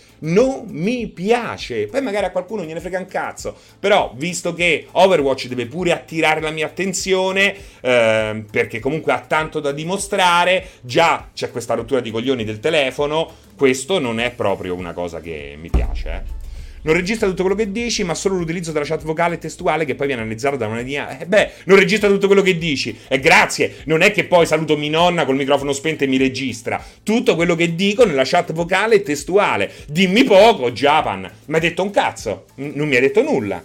poi magari a qualcuno gliene frega un cazzo, però visto che Overwatch deve pure attirare la mia attenzione, perché comunque ha tanto da dimostrare, già c'è questa rottura di coglioni del telefono, questo non è proprio una cosa che mi piace, Non registra tutto quello che dici, ma solo l'utilizzo della chat vocale e testuale che poi viene analizzato da una linea. Non registra tutto quello che dici. Grazie, non è che poi saluto mia nonna col microfono spento e mi registra. Tutto quello che dico nella chat vocale e testuale. Dimmi poco, Japan. Mi hai detto un cazzo? Non mi hai detto nulla.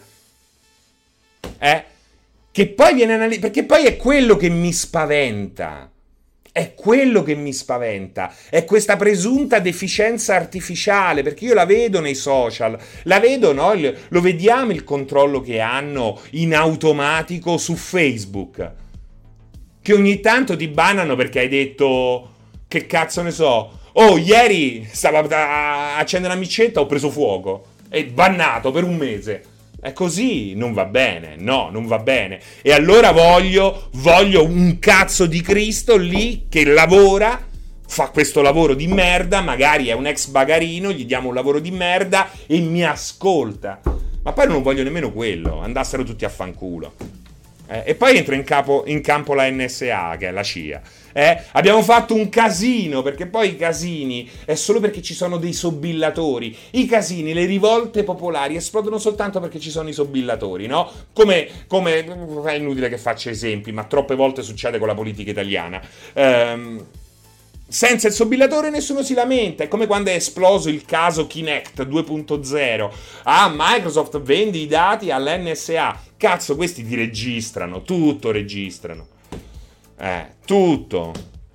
Che poi viene analizzato, perché poi è quello che mi spaventa. È quello che mi spaventa, è questa presunta deficienza artificiale, perché io la vedo nei social, la vedo, no? Lo vediamo il controllo che hanno in automatico su Facebook, che ogni tanto ti bannano perché hai detto, che cazzo ne so, oh, ieri stavo a accendere la micetta, ho preso fuoco, è bannato per un mese. È così, non va bene, no, non va bene. E allora voglio un cazzo di Cristo lì che lavora, fa questo lavoro di merda, magari è un ex bagarino, gli diamo un lavoro di merda e mi ascolta. Ma poi non voglio nemmeno quello, andassero tutti a fanculo. E poi entra in campo la NSA, che è la CIA. Abbiamo fatto un casino, perché poi i casini è solo perché ci sono dei sobillatori. I casini, le rivolte popolari esplodono soltanto perché ci sono i sobillatori, no? È inutile che faccia esempi, ma troppe volte succede con la politica italiana. Senza il sobillatore nessuno si lamenta. È come quando è esploso il caso Kinect 2.0. Microsoft vende i dati all'NSA. Cazzo, questi ti registrano, tutto registrano. Tutto.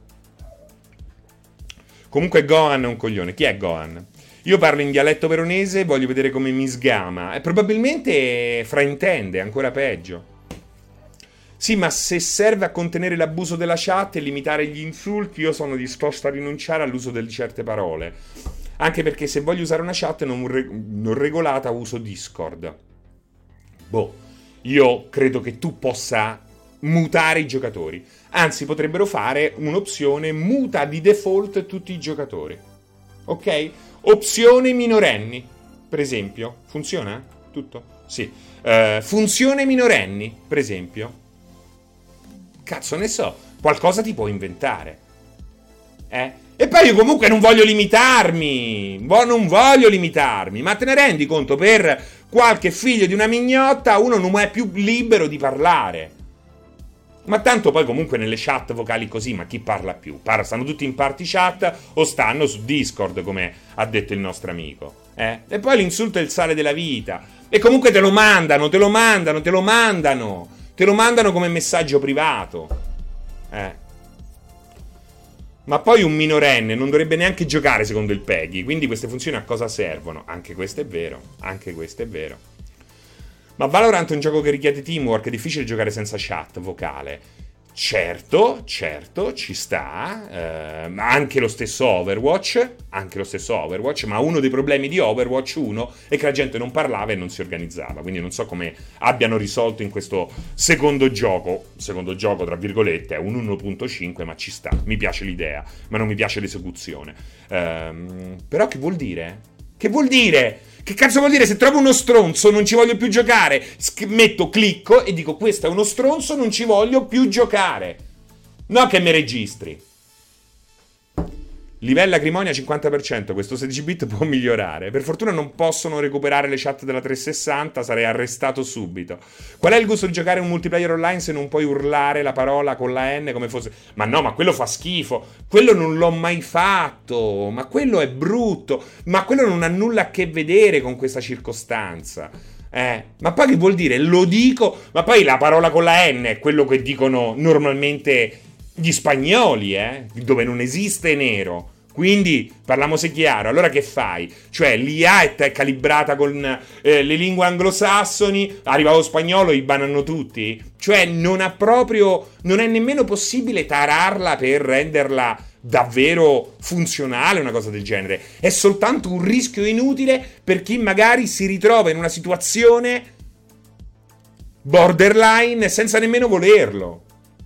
Comunque Gohan è un coglione. Chi è Gohan? Io parlo in dialetto veronese, voglio vedere come mi sgama. E probabilmente fraintende, ancora peggio. Sì, ma se serve a contenere l'abuso della chat e limitare gli insulti, io sono disposto a rinunciare all'uso di certe parole. Anche perché se voglio usare una chat non regolata, uso Discord. Io credo che tu possa mutare i giocatori. Anzi, potrebbero fare un'opzione muta di default tutti i giocatori. Ok? Opzione minorenni, per esempio. Funziona? Tutto? Sì. Funzione minorenni, per esempio. Cazzo ne so, qualcosa ti puoi inventare. E poi io comunque non voglio limitarmi. Non voglio limitarmi. Ma te ne rendi conto? Per qualche figlio di una mignotta uno non è più libero di parlare. Ma tanto poi comunque nelle chat vocali così, ma chi parla più? Stanno tutti in party chat o stanno su Discord, come ha detto il nostro amico. E poi l'insulto è il sale della vita. E comunque te lo mandano come messaggio privato. Ma poi un minorenne non dovrebbe neanche giocare secondo il PEGI. Quindi queste funzioni a cosa servono? Anche questo è vero. Ma Valorant è un gioco che richiede teamwork. È difficile giocare senza chat vocale. Certo, ci sta. Anche lo stesso Overwatch. Ma uno dei problemi di Overwatch 1 è che la gente non parlava e non si organizzava. Quindi non so come abbiano risolto in questo secondo gioco tra virgolette, è un 1.5, ma ci sta. Mi piace l'idea, ma non mi piace l'esecuzione. Però che vuol dire? Che cazzo vuol dire? Se trovo uno stronzo non ci voglio più giocare. Clicco e dico questo è uno stronzo, non ci voglio più giocare. No che mi registri. Livello acrimonia 50%, questo 16 bit può migliorare. Per fortuna non possono recuperare le chat della 360, sarei arrestato subito. Qual è il gusto di giocare un multiplayer online se non puoi urlare la parola con la N come fosse... Ma no, ma quello fa schifo. Quello non l'ho mai fatto. Ma quello è brutto. Ma quello non ha nulla a che vedere con questa circostanza. Ma poi che vuol dire? Lo dico... Ma poi la parola con la N è quello che dicono normalmente... gli spagnoli, dove non esiste nero. Quindi, parliamoci chiaro, allora che fai? Cioè, l'IA è calibrata con le lingue anglosassoni, arriva lo spagnolo, i banano tutti? Cioè, non è nemmeno possibile tararla per renderla davvero funzionale, una cosa del genere. È soltanto un rischio inutile per chi magari si ritrova in una situazione borderline senza nemmeno volerlo.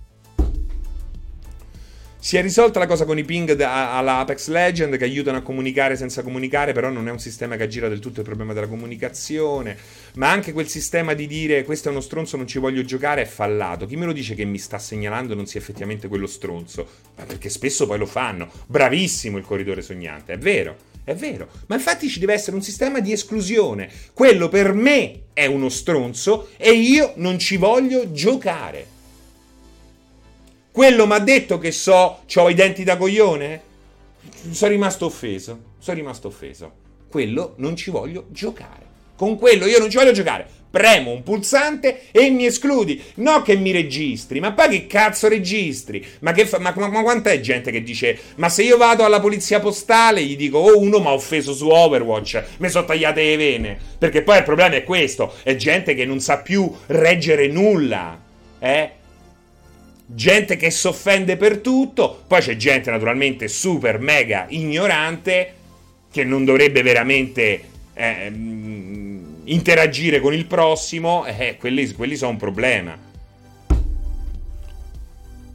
Si è risolta la cosa con i ping alla Apex Legend che aiutano a comunicare senza comunicare, però non è un sistema che aggira del tutto il problema della comunicazione. Ma anche quel sistema di dire questo è uno stronzo, non ci voglio giocare è fallato. Chi me lo dice che mi sta segnalando non sia effettivamente quello stronzo? Ma perché spesso poi lo fanno. Bravissimo il corridore sognante, è vero. Ma infatti ci deve essere un sistema di esclusione. Quello per me è uno stronzo e io non ci voglio giocare. Quello mi ha detto che c'ho i denti da coglione? Sono rimasto offeso. Quello non ci voglio giocare. Con quello io non ci voglio giocare. Premo un pulsante e mi escludi. No che mi registri. Ma poi che cazzo registri? Ma quanta è gente che dice ma se io vado alla polizia postale gli dico uno mi ha offeso su Overwatch, mi sono tagliate le vene. Perché poi il problema è questo. È gente che non sa più reggere nulla. Gente che si offende per tutto. Poi c'è gente naturalmente super mega ignorante che non dovrebbe veramente interagire con il prossimo. Quelli sono un problema.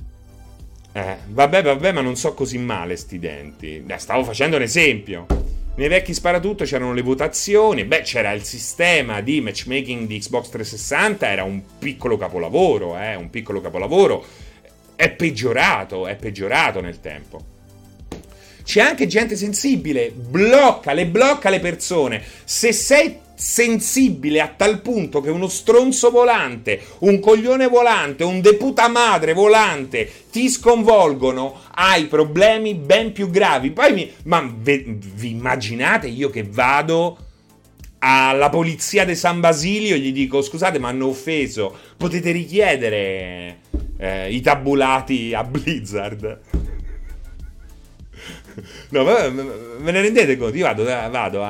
Vabbè, ma non so così male sti denti. Stavo facendo un esempio. Nei vecchi sparatutto c'erano le votazioni, c'era il sistema di matchmaking di Xbox 360, era un piccolo capolavoro, un piccolo capolavoro. È peggiorato nel tempo. C'è anche gente sensibile, blocca le persone. Se sei sensibile a tal punto che uno stronzo volante, un coglione volante, un deputamadre volante ti sconvolgono, hai problemi ben più gravi. Poi vi immaginate io che vado alla polizia di San Basilio e gli dico: scusate, ma hanno offeso, potete richiedere i tabulati a Blizzard? No, ve ne rendete conto? Io vado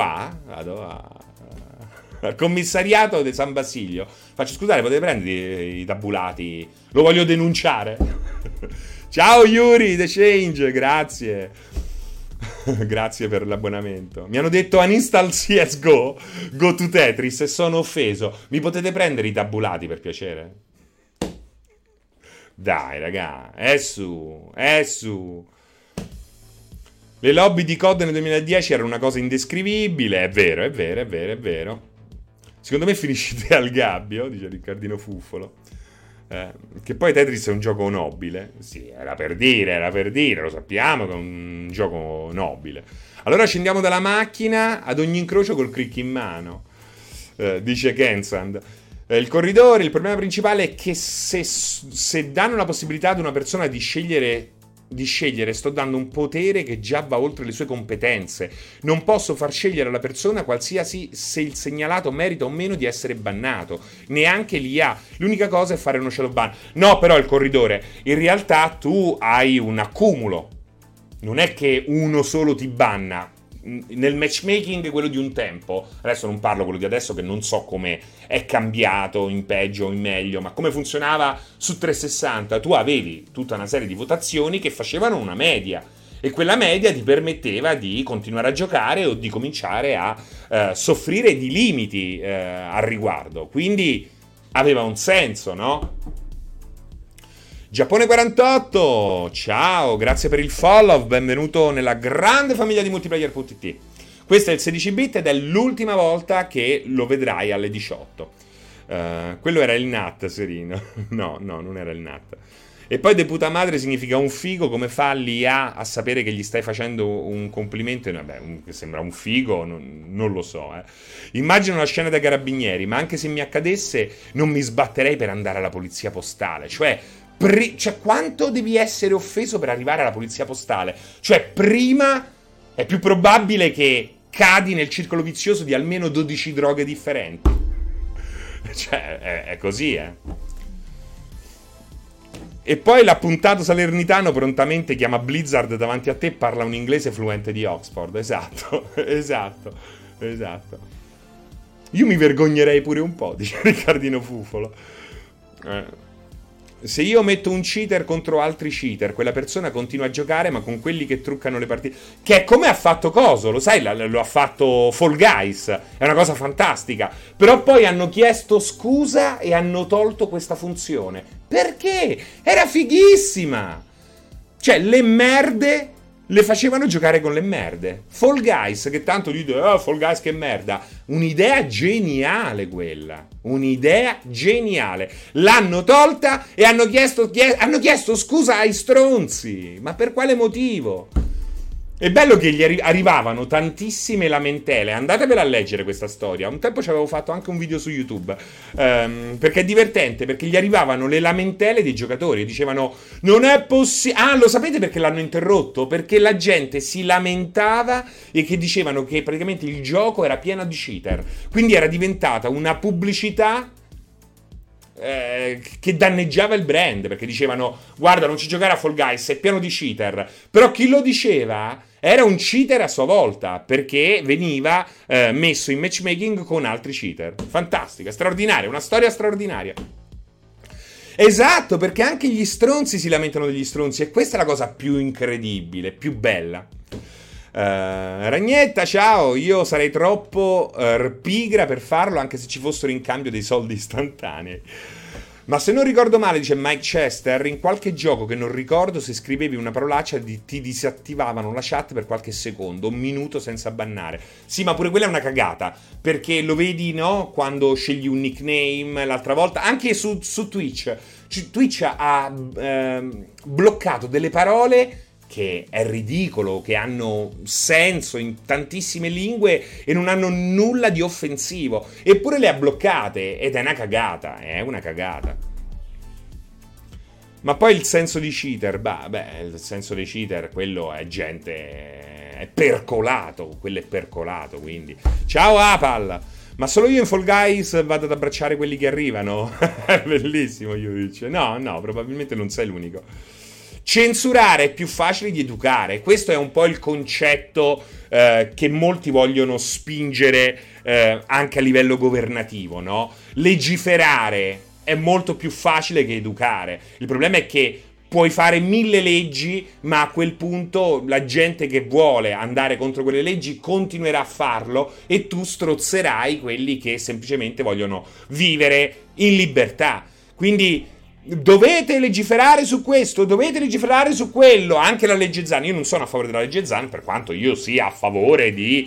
al commissariato di San Basilio, faccio: scusate, potete prendere i tabulati, lo voglio denunciare. Ciao Yuri The Change, grazie. Grazie per l'abbonamento. Mi hanno detto uninstall CSGO, go to Tetris e sono offeso. Mi potete prendere i tabulati per piacere? Dai raga, è su. Le lobby di COD nel 2010 erano una cosa indescrivibile. È vero. Secondo me finiscite al gabbio, dice Riccardino Fuffolo. Che poi Tetris è un gioco nobile. Sì, era per dire, lo sappiamo che è un gioco nobile. Allora scendiamo dalla macchina ad ogni incrocio col crick in mano, dice Kensand. Il corridore, il problema principale è che se danno la possibilità ad una persona di scegliere, sto dando un potere che già va oltre le sue competenze. Non posso far scegliere alla persona qualsiasi se il segnalato merita o meno di essere bannato, neanche l'IA. L'unica cosa è fare uno shadow ban. No, però il corridore, in realtà tu hai un accumulo, non è che uno solo ti banna. Nel matchmaking quello di un tempo, adesso non parlo quello di adesso che non so come è cambiato in peggio o in meglio, ma come funzionava su 360, tu avevi tutta una serie di votazioni che facevano una media e quella media ti permetteva di continuare a giocare o di cominciare a soffrire di limiti al riguardo, quindi aveva un senso, no? Giappone 48, ciao, grazie per il follow, benvenuto nella grande famiglia di Multiplayer.it. Questo è il 16 bit ed è l'ultima volta che lo vedrai alle 18. Quello era il NAT, Serino. No, non era il NAT. E poi deputa madre significa un figo, come fa l'IA a sapere che gli stai facendo un complimento? Che sembra un figo, non lo so. Immagino una scena da carabinieri, ma anche se mi accadesse non mi sbatterei per andare alla polizia postale, cioè quanto devi essere offeso per arrivare alla polizia postale? Cioè, prima è più probabile che cadi nel circolo vizioso di almeno 12 droghe differenti. Cioè, è così, E poi l'appuntato salernitano prontamente chiama Blizzard davanti a te e parla un inglese fluente di Oxford. Esatto. Io mi vergognerei pure un po', dice Riccardino Fufolo. Se io metto un cheater contro altri cheater, quella persona continua a giocare ma con quelli che truccano le partite. Che è come ha fatto Coso, lo sai, lo ha fatto Fall Guys. È una cosa fantastica. Però poi hanno chiesto scusa e hanno tolto questa funzione. Perché? Era fighissima. Cioè, le merde le facevano giocare con le merde. Fall Guys, che tanto dite, Fall Guys che merda. Un'idea geniale quella. Un'idea geniale. L'hanno tolta e hanno chiesto scusa ai stronzi. Ma per quale motivo? È bello che gli arrivavano tantissime lamentele. Andatevela a leggere questa storia. Un tempo ci avevo fatto anche un video su YouTube, perché è divertente, perché gli arrivavano le lamentele dei giocatori e dicevano non è possibile. Ah, lo sapete perché l'hanno interrotto? Perché la gente si lamentava e che dicevano che praticamente il gioco era pieno di cheater. Quindi era diventata una pubblicità che danneggiava il brand, perché dicevano guarda, non ci giocare a Fall Guys, è pieno di cheater. Però chi lo diceva era un cheater a sua volta, perché veniva messo in matchmaking con altri cheater. Fantastica, straordinaria, una storia straordinaria. Esatto, perché anche gli stronzi si lamentano degli stronzi e questa è la cosa più incredibile, più bella. Ragnetta, ciao, io sarei troppo pigra per farlo anche se ci fossero in cambio dei soldi istantanei. Ma se non ricordo male, dice Mike Chester, in qualche gioco che non ricordo, se scrivevi una parolaccia ti disattivavano la chat per qualche secondo, un minuto senza bannare. Sì, ma pure quella è una cagata, perché lo vedi, no? Quando scegli un nickname, l'altra volta, anche su Twitch. Twitch ha bloccato delle parole che è ridicolo, che hanno senso in tantissime lingue e non hanno nulla di offensivo, eppure le ha bloccate, ed è una cagata, Ma poi il senso di cheater, il senso dei cheater, quello è gente, è percolato, quello è percolato, quindi. Ciao Apal! Ma solo io in Fall Guys vado ad abbracciare quelli che arrivano? È bellissimo, io dice. No, probabilmente non sei l'unico. Censurare è più facile di educare. Questo è un po' il concetto che molti vogliono spingere anche a livello governativo, no? Legiferare è molto più facile che educare. Il problema è che puoi fare 1000 leggi, ma a quel punto la gente che vuole andare contro quelle leggi continuerà a farlo e tu strozzerai quelli che semplicemente vogliono vivere in libertà. Quindi dovete legiferare su questo, dovete legiferare su quello, anche la legge Zan. Io non sono a favore della legge Zan, per quanto io sia a favore di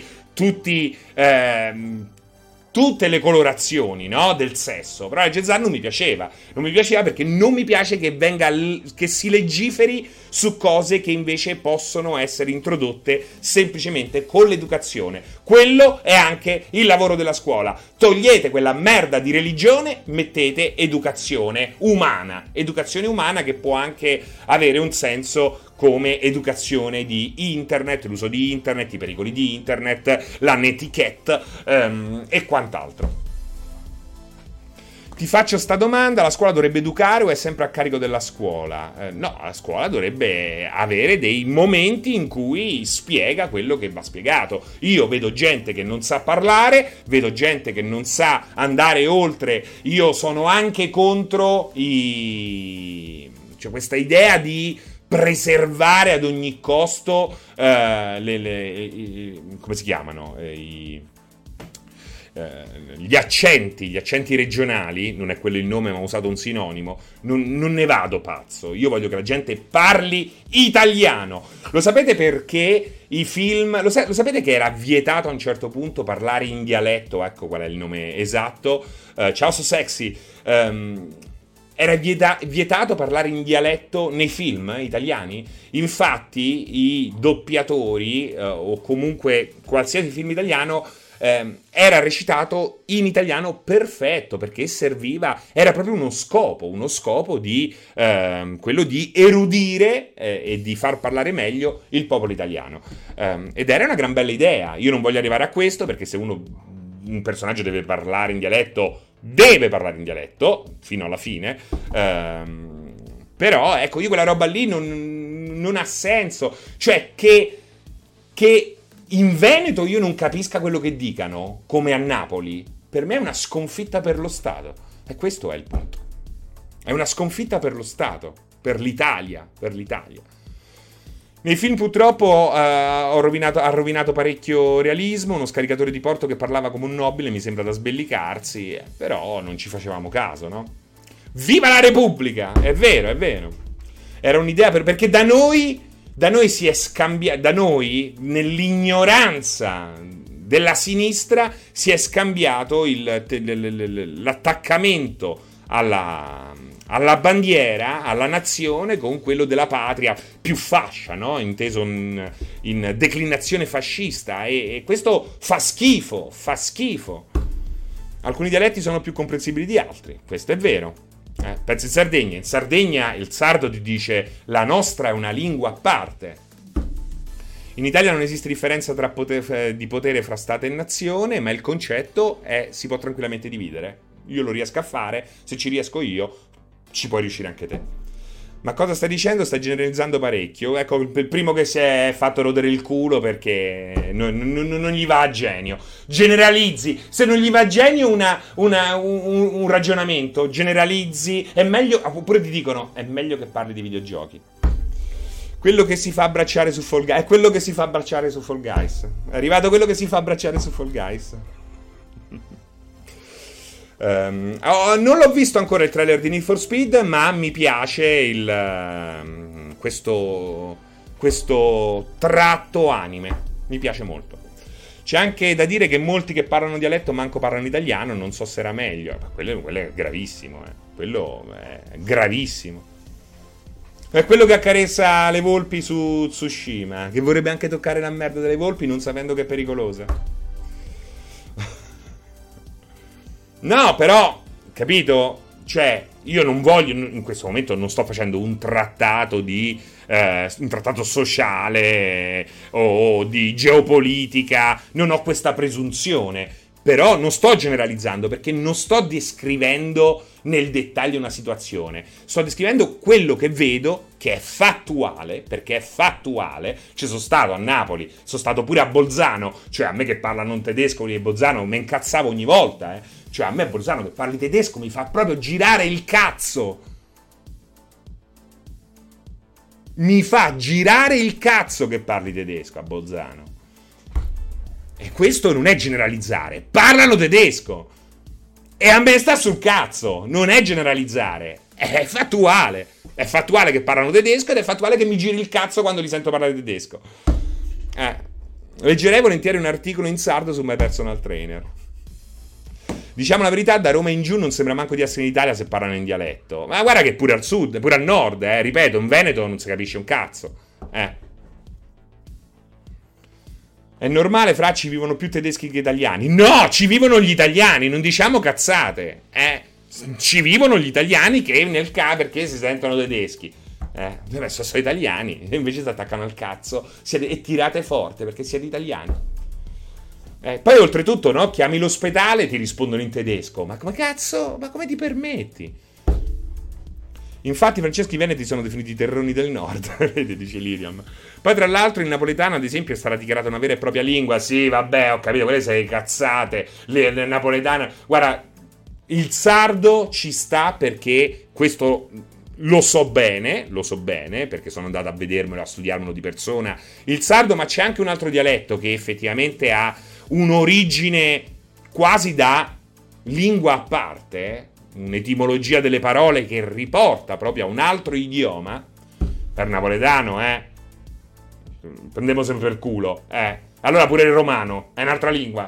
tutte le colorazioni, no, del sesso. Però la legge Zan non mi piaceva perché non mi piace che si legiferi su cose che invece possono essere introdotte semplicemente con l'educazione. Quello è anche il lavoro della scuola. Togliete quella merda di religione, mettete educazione umana che può anche avere un senso come educazione di internet, l'uso di internet, i pericoli di internet, la netiquette e quant'altro. Ti faccio sta domanda: la scuola dovrebbe educare o è sempre a carico della scuola? No, la scuola dovrebbe avere dei momenti in cui spiega quello che va spiegato. Io vedo gente che non sa parlare, vedo gente che non sa andare oltre. Io sono anche contro questa idea di preservare ad ogni costo come si chiamano? Gli accenti regionali, non è quello il nome ma ho usato un sinonimo, non ne vado pazzo. Io voglio che la gente parli italiano. Lo sapete perché i film, lo sapete che era vietato a un certo punto parlare in dialetto? Ecco qual è il nome esatto. Ciao So Sexy. Era vietato parlare in dialetto nei film italiani. Infatti i doppiatori o comunque qualsiasi film italiano era recitato in italiano perfetto, perché era proprio uno scopo di quello di erudire e di far parlare meglio il popolo italiano, ed era una gran bella idea. Io non voglio arrivare a questo, perché se un personaggio deve parlare in dialetto fino alla fine, però ecco, io quella roba lì non ha senso, cioè che in Veneto io non capisca quello che dicano, come a Napoli, per me è una sconfitta per lo Stato. E questo è il punto. È una sconfitta per lo Stato, per l'Italia. Nei film purtroppo ha rovinato parecchio realismo. Uno scaricatore di porto che parlava come un nobile mi sembra da sbellicarsi, però non ci facevamo caso, no? Viva la Repubblica! È vero. Era un'idea perché da noi si è scambiato, da noi, nell'ignoranza della sinistra, si è scambiato l'attaccamento alla bandiera, alla nazione, con quello della patria più fascia, no? Inteso in declinazione fascista, e questo fa schifo. Alcuni dialetti sono più comprensibili di altri, questo è vero. Pensa in Sardegna il sardo ti dice: la nostra è una lingua a parte. In Italia non esiste differenza di potere fra Stato e nazione, ma il concetto si può tranquillamente dividere. Io lo riesco a fare, se ci riesco io, ci puoi riuscire anche te. Ma cosa stai dicendo? Stai generalizzando parecchio. Ecco, il primo che si è fatto rodere il culo perché non gli va a genio. Generalizzi. Se non gli va a genio un ragionamento, generalizzi. È meglio, oppure ti dicono, è meglio che parli di videogiochi. Quello che si fa abbracciare su Fall Guys. È quello che si fa abbracciare su Fall Guys. È arrivato quello che si fa abbracciare su Fall Guys. Non l'ho visto ancora il trailer di Need for Speed, ma mi piace questo tratto anime. Mi piace molto. C'è anche da dire che molti che parlano dialetto manco parlano italiano, non so se era meglio. Ma quello è gravissimo, quello è gravissimo. È quello che accarezza le volpi su Tsushima, che vorrebbe anche toccare la merda delle volpi non sapendo che è pericolosa. No, però, capito? Cioè, io non voglio, in questo momento non sto facendo un trattato un trattato sociale o di geopolitica, non ho questa presunzione, però non sto generalizzando perché non sto descrivendo nel dettaglio una situazione, sto descrivendo quello che vedo, che è fattuale, perché è fattuale. Ci sono stato a Napoli, sono stato pure a Bolzano, cioè a me che parlano in tedesco di Bolzano mi incazzavo ogni volta, cioè a me Bolzano che parli tedesco mi fa proprio girare il cazzo. Mi fa girare il cazzo che parli tedesco a Bolzano. E questo non è generalizzare. Parlano tedesco. E a me sta sul cazzo. Non è generalizzare. È fattuale. È fattuale che parlano tedesco ed è fattuale che mi giri il cazzo quando li sento parlare tedesco. Leggerei volentieri un articolo in sardo su My Personal Trainer. Diciamo la verità, da Roma in giù non sembra manco di essere in Italia se parlano in dialetto. Ma guarda che pure al sud, pure al nord, ripeto, in Veneto non si capisce un cazzo. È normale, fra, ci vivono più tedeschi che italiani. No, ci vivono gli italiani, non diciamo cazzate. Ci vivono gli italiani che nel perché si sentono tedeschi. Adesso sono italiani, invece si attaccano al cazzo e tirate forte perché siete italiani. Poi oltretutto, no? Chiami l'ospedale e ti rispondono in tedesco. Ma come cazzo? Ma come ti permetti? Infatti Francesco i veneti sono definiti i terroni del nord, vedi, dice Liriam. Poi tra l'altro in napoletano ad esempio è stata dichiarata una vera e propria lingua. Sì, vabbè, ho capito, quelle sei cazzate. Le napoletane. Guarda, il sardo ci sta perché questo lo so bene, perché sono andato a vedermelo, a studiarmelo di persona. Il sardo, ma c'è anche un altro dialetto che effettivamente ha un'origine quasi da lingua a parte, un'etimologia delle parole che riporta proprio a un altro idioma. Per napoletano, prendiamo sempre per culo, allora pure il romano è un'altra lingua,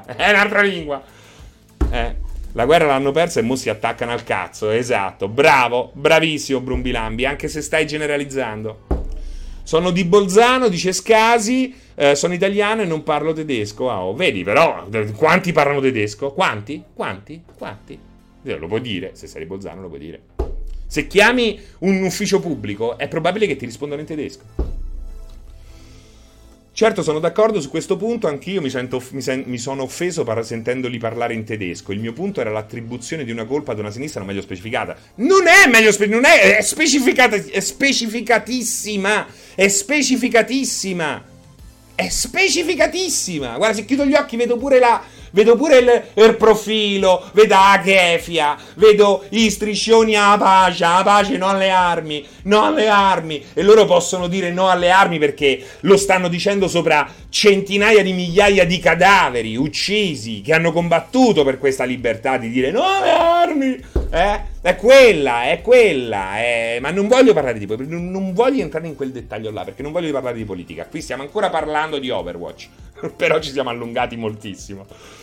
la guerra l'hanno persa e mo si attaccano al cazzo, esatto, bravo, bravissimo Brumbilambi, anche se stai generalizzando. Sono di Bolzano, dice Scasi, sono italiano e non parlo tedesco. Vedi, però, quanti parlano tedesco? Quanti? Lo puoi dire, se sei di Bolzano lo puoi dire. Se chiami un ufficio pubblico è probabile che ti rispondano in tedesco. Certo, sono d'accordo su questo punto, anch'io mi sono offeso sentendoli parlare in tedesco. Il mio punto era l'attribuzione di una colpa ad una sinistra non meglio specificata. Non è meglio specificata, è specificata, è specificatissima. Guarda, se chiudo gli occhi vedo pure il profilo, vedo la ghefia, vedo i striscioni a pace, no alle armi, e loro possono dire no alle armi perché lo stanno dicendo sopra centinaia di migliaia di cadaveri uccisi che hanno combattuto per questa libertà di dire no alle armi, è quella, ma non voglio parlare di politica, non voglio entrare in quel dettaglio là perché non voglio parlare di politica, qui stiamo ancora parlando di Overwatch, però ci siamo allungati moltissimo.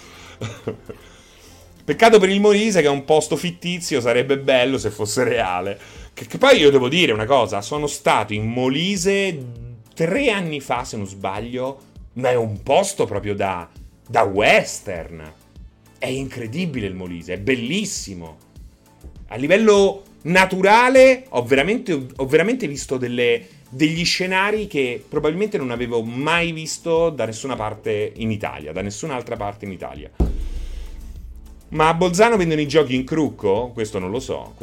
Peccato per il Molise che è un posto fittizio, sarebbe bello se fosse reale. Che poi io devo dire una cosa, sono stato in Molise 3 anni fa se non sbaglio, ma è un posto proprio da western, è incredibile il Molise, è bellissimo. A livello naturale ho veramente visto degli scenari che probabilmente non avevo mai visto da nessuna parte in Italia, da nessun'altra parte in Italia. Ma a Bolzano vendono i giochi in crucco? Questo non lo so.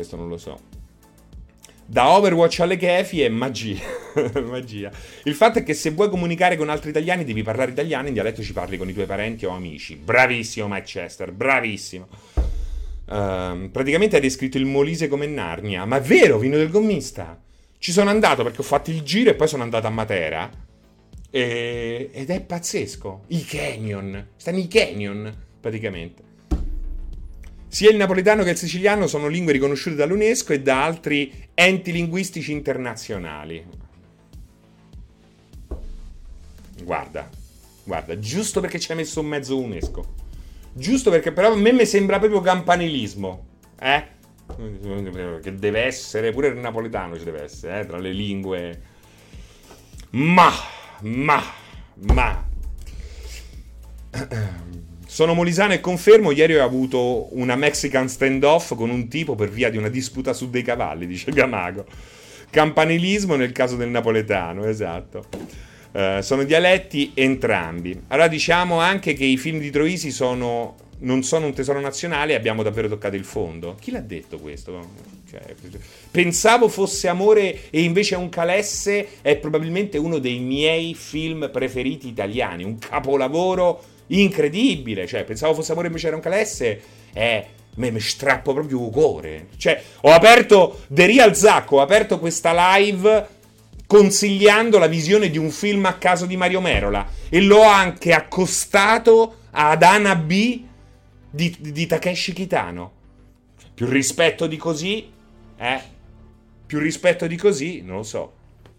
Da Overwatch alle Kefi è magia. Magia. Il fatto è che se vuoi comunicare con altri italiani devi parlare italiano, in dialetto ci parli con i tuoi parenti o amici. Bravissimo Mike Chester, bravissimo. Praticamente hai descritto il Molise come Narnia. Ma è vero, vino del gommista. Ci sono andato perché ho fatto il giro e poi sono andato a Matera. Ed è pazzesco. I canyon. Stanno i canyon, praticamente. Sia il napoletano che il siciliano sono lingue riconosciute dall'UNESCO e da altri enti linguistici internazionali. Guarda, giusto perché ci hai messo un mezzo UNESCO. Giusto perché però a me mi sembra proprio campanilismo. Che deve essere, pure il napoletano ci deve essere, tra le lingue. Ma. Sono molisano e confermo, ieri ho avuto una Mexican standoff con un tipo per via di una disputa su dei cavalli, dice Gamago. Campanilismo nel caso del napoletano, esatto. Sono dialetti entrambi. Allora diciamo anche che i film di Troisi non sono un tesoro nazionale e abbiamo davvero toccato il fondo. Chi l'ha detto questo? Pensavo fosse amore e invece è un calesse. È probabilmente uno dei miei film preferiti italiani, un capolavoro incredibile. Pensavo fosse amore e invece era un calesse. Mi strappo proprio il cuore. Ho aperto The Real Zacco, ho aperto questa live consigliando la visione di un film a caso di Mario Merola e l'ho anche accostato ad Ana B di Takeshi Kitano. Più rispetto di così, più rispetto di così, non lo so.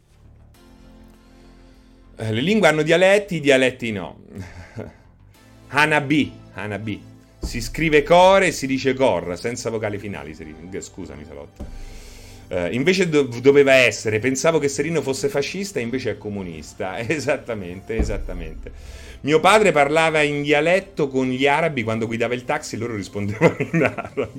Le lingue hanno dialetti, i dialetti no. Ana B. Si scrive core e si dice cor, senza vocali finali. Scusami, Salotto. Invece doveva essere, pensavo che Serino fosse fascista e invece è comunista. Esattamente. Mio padre parlava in dialetto con gli arabi quando guidava il taxi e loro rispondevano in arabo.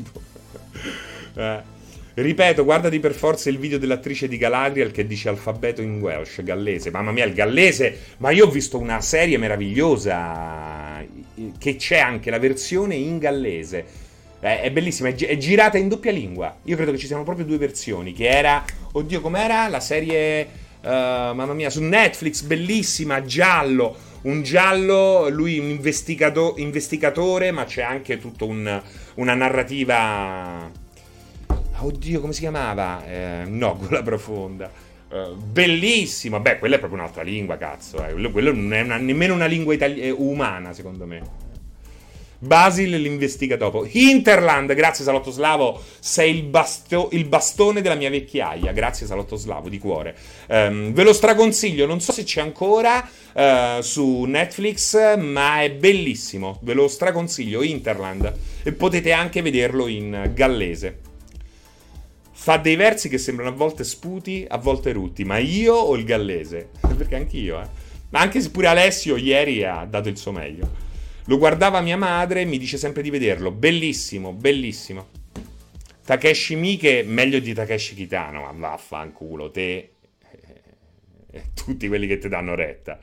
Ripeto, guardati per forza il video dell'attrice di Galadriel che dice alfabeto in Welsh, gallese. Mamma mia, il gallese! Ma io ho visto una serie meravigliosa che c'è anche la versione in gallese. È bellissima, è girata in doppia lingua. Io credo che ci siano proprio due versioni. Che era, oddio, com'era? La serie, mamma mia, su Netflix, bellissima, giallo. Un giallo, lui un investigatore, ma c'è anche tutta una narrativa. Oddio, come si chiamava? Gola profonda. Bellissima. Beh, quella è proprio un'altra lingua, cazzo. Quello non è nemmeno una lingua umana, secondo me. Basil l'investigatopo. Hinterland, grazie Salotto Slavo, sei il bastone della mia vecchiaia. Grazie Salotto Slavo, di cuore. Ve lo straconsiglio, non so se c'è ancora su Netflix, ma è bellissimo. Ve lo straconsiglio, Hinterland. E potete anche vederlo in gallese. Fa dei versi che sembrano a volte sputi, a volte rutti, ma io o il gallese? Perché anch'io, Ma anche se pure Alessio ieri ha dato il suo meglio. Lo guardava mia madre e mi dice sempre di vederlo. Bellissimo. Takeshi Miike meglio di Takeshi Kitano. Ma vaffanculo, te e tutti quelli che ti danno retta.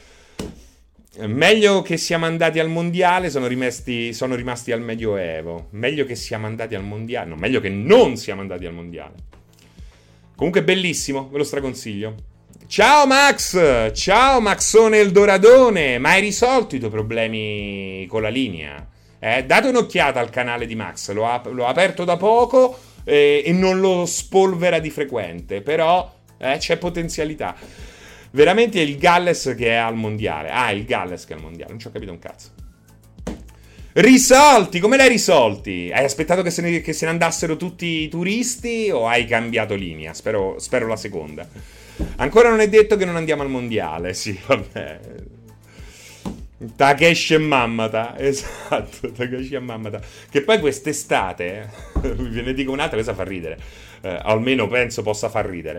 Meglio che siamo andati al mondiale, sono rimasti al Medioevo. Meglio che siamo andati al mondiale. No, meglio che non siamo andati al mondiale. Comunque bellissimo, ve lo straconsiglio. Ciao Max! Ciao Maxone il Doradone! Ma hai risolto i tuoi problemi con la linea? Date un'occhiata al canale di Max, l'ho aperto da poco e non lo spolvera di frequente, però c'è potenzialità. Veramente è il Galles che è al mondiale. Il Galles che è al mondiale, non ci ho capito un cazzo. Risolti! Come l'hai risolti? Hai aspettato che se ne andassero tutti i turisti o hai cambiato linea? Spero la seconda. Ancora non è detto che non andiamo al mondiale. Sì, vabbè. Takeshi e Mammata. Esatto, Takeshi e Mammata. Che poi quest'estate ve ne dico un'altra, cosa fa ridere. Almeno penso possa far ridere.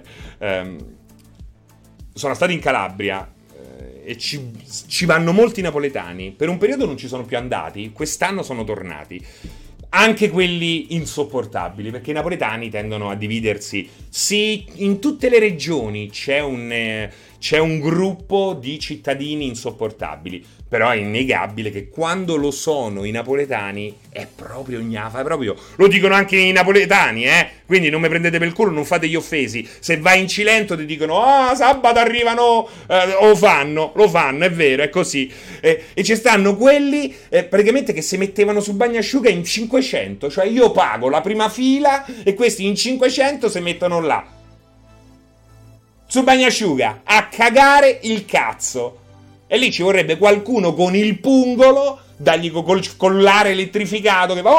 Sono stato in Calabria e ci vanno molti napoletani. Per un periodo non ci sono più andati, quest'anno sono tornati. Anche quelli insopportabili, perché i napoletani tendono a dividersi. Sì, in tutte le regioni c'è un gruppo di cittadini insopportabili, però è innegabile che quando lo sono i napoletani è proprio gnafa, lo dicono anche i napoletani, quindi non mi prendete per il culo, non fate gli offesi. Se vai in Cilento ti dicono sabato arrivano, lo fanno, è vero, è così. E ci stanno quelli praticamente che si mettevano su bagnasciuga in 500, cioè io pago la prima fila e questi in 500 si mettono là su bagnasciuga a cagare il cazzo. E lì ci vorrebbe qualcuno con il pungolo dargli col collare elettrificato che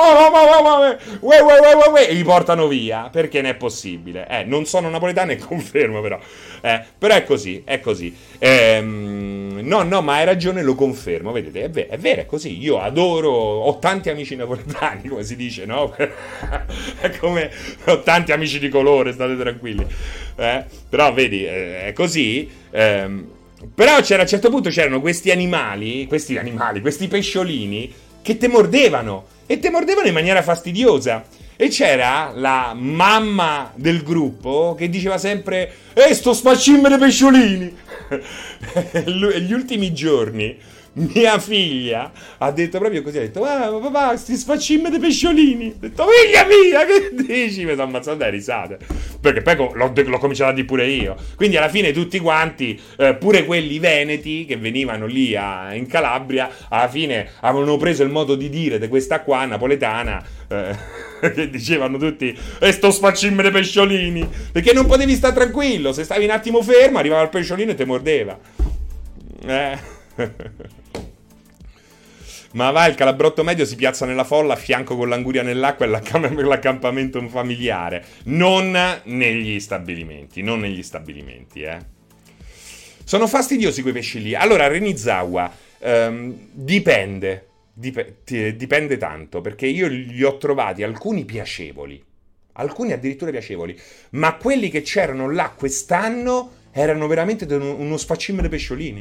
e li portano via, perché ne è possibile. Non sono napoletano e confermo però. Però è così, è così. No, ma hai ragione, lo confermo, vedete, è vero, è così. Io adoro, ho tanti amici napoletani, come si dice, no? È come ho tanti amici di colore, state tranquilli. Però vedi, è così. Però a un certo punto c'erano questi pesciolini che te mordevano, e te mordevano in maniera fastidiosa. E c'era la mamma del gruppo che diceva sempre: sto spaccimme dei pesciolini. Gli ultimi giorni mia figlia ha detto proprio così, ha detto: papà, sti sfaccimme dei pesciolini. Ho detto: figlia mia, che dici? Mi sono ammazzato dalle risate, perché poi l'ho cominciato a dire pure io. Quindi alla fine tutti quanti, pure quelli veneti che venivano lì in Calabria, alla fine avevano preso il modo di dire di questa qua napoletana, che dicevano tutti: sto sfaccimme dei pesciolini, perché non potevi stare tranquillo. Se stavi un attimo fermo, arrivava il pesciolino e te mordeva. Ma va, il calabrotto medio si piazza nella folla a fianco con l'anguria nell'acqua e l'accampamento familiare, non negli stabilimenti, Sono fastidiosi quei pesci lì. Allora, Renizawa, dipende tanto, perché io li ho trovati alcuni piacevoli, alcuni addirittura piacevoli, ma quelli che c'erano là quest'anno erano veramente uno sfaccime dei pesciolini.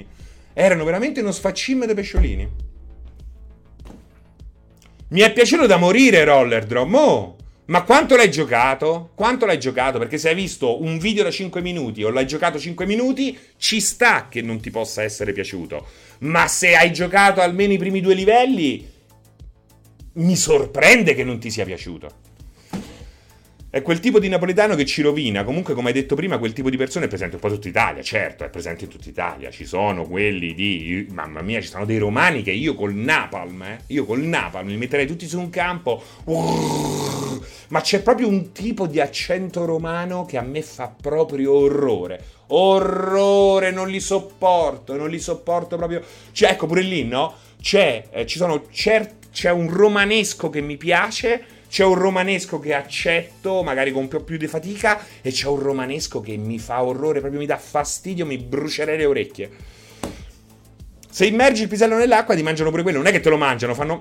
Mi è piaciuto da morire Roller Drome. Ma quanto l'hai giocato? Perché se hai visto un video da 5 minuti o l'hai giocato 5 minuti, ci sta che non ti possa essere piaciuto. Ma se hai giocato almeno i primi 2 livelli, mi sorprende che non ti sia piaciuto. È quel tipo di napoletano che ci rovina. Comunque, come hai detto prima, quel tipo di persone è presente un po' in tutta Italia. Certo, è presente in tutta Italia. Ci sono quelli mamma mia, ci sono dei romani che io col napalm li metterei tutti su un campo. Ma c'è proprio un tipo di accento romano che a me fa proprio orrore, non li sopporto proprio. Cioè, ecco, pure lì, no? C'è un romanesco che mi piace, c'è un romanesco che accetto, magari con un po' più di fatica, e c'è un romanesco che mi fa orrore, proprio mi dà fastidio, mi brucerei le orecchie. Se immergi il pisello nell'acqua ti mangiano pure quello, non è che te lo mangiano, fanno...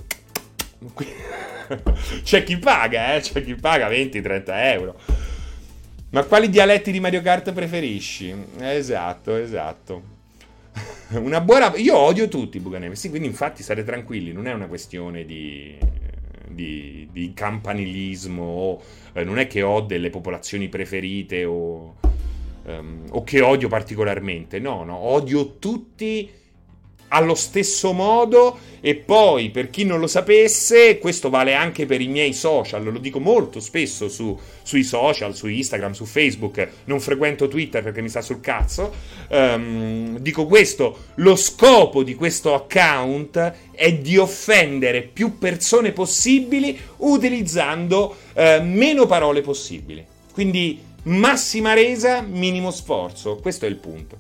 C'è chi paga 20-30 euro. Ma quali dialetti di Mario Kart preferisci? Esatto. Una buona... Io odio tutti i bucanemi, sì, quindi infatti state tranquilli, non è una questione di campanilismo o non è che ho delle popolazioni preferite o che odio particolarmente. No, odio tutti allo stesso modo. E poi, per chi non lo sapesse, questo vale anche per i miei social, lo dico molto spesso sui social, su Instagram, su Facebook. Non frequento Twitter perché mi sta sul cazzo. Dico questo: lo scopo di questo account è di offendere più persone possibili utilizzando meno parole possibili. Quindi massima resa, minimo sforzo. Questo è il punto.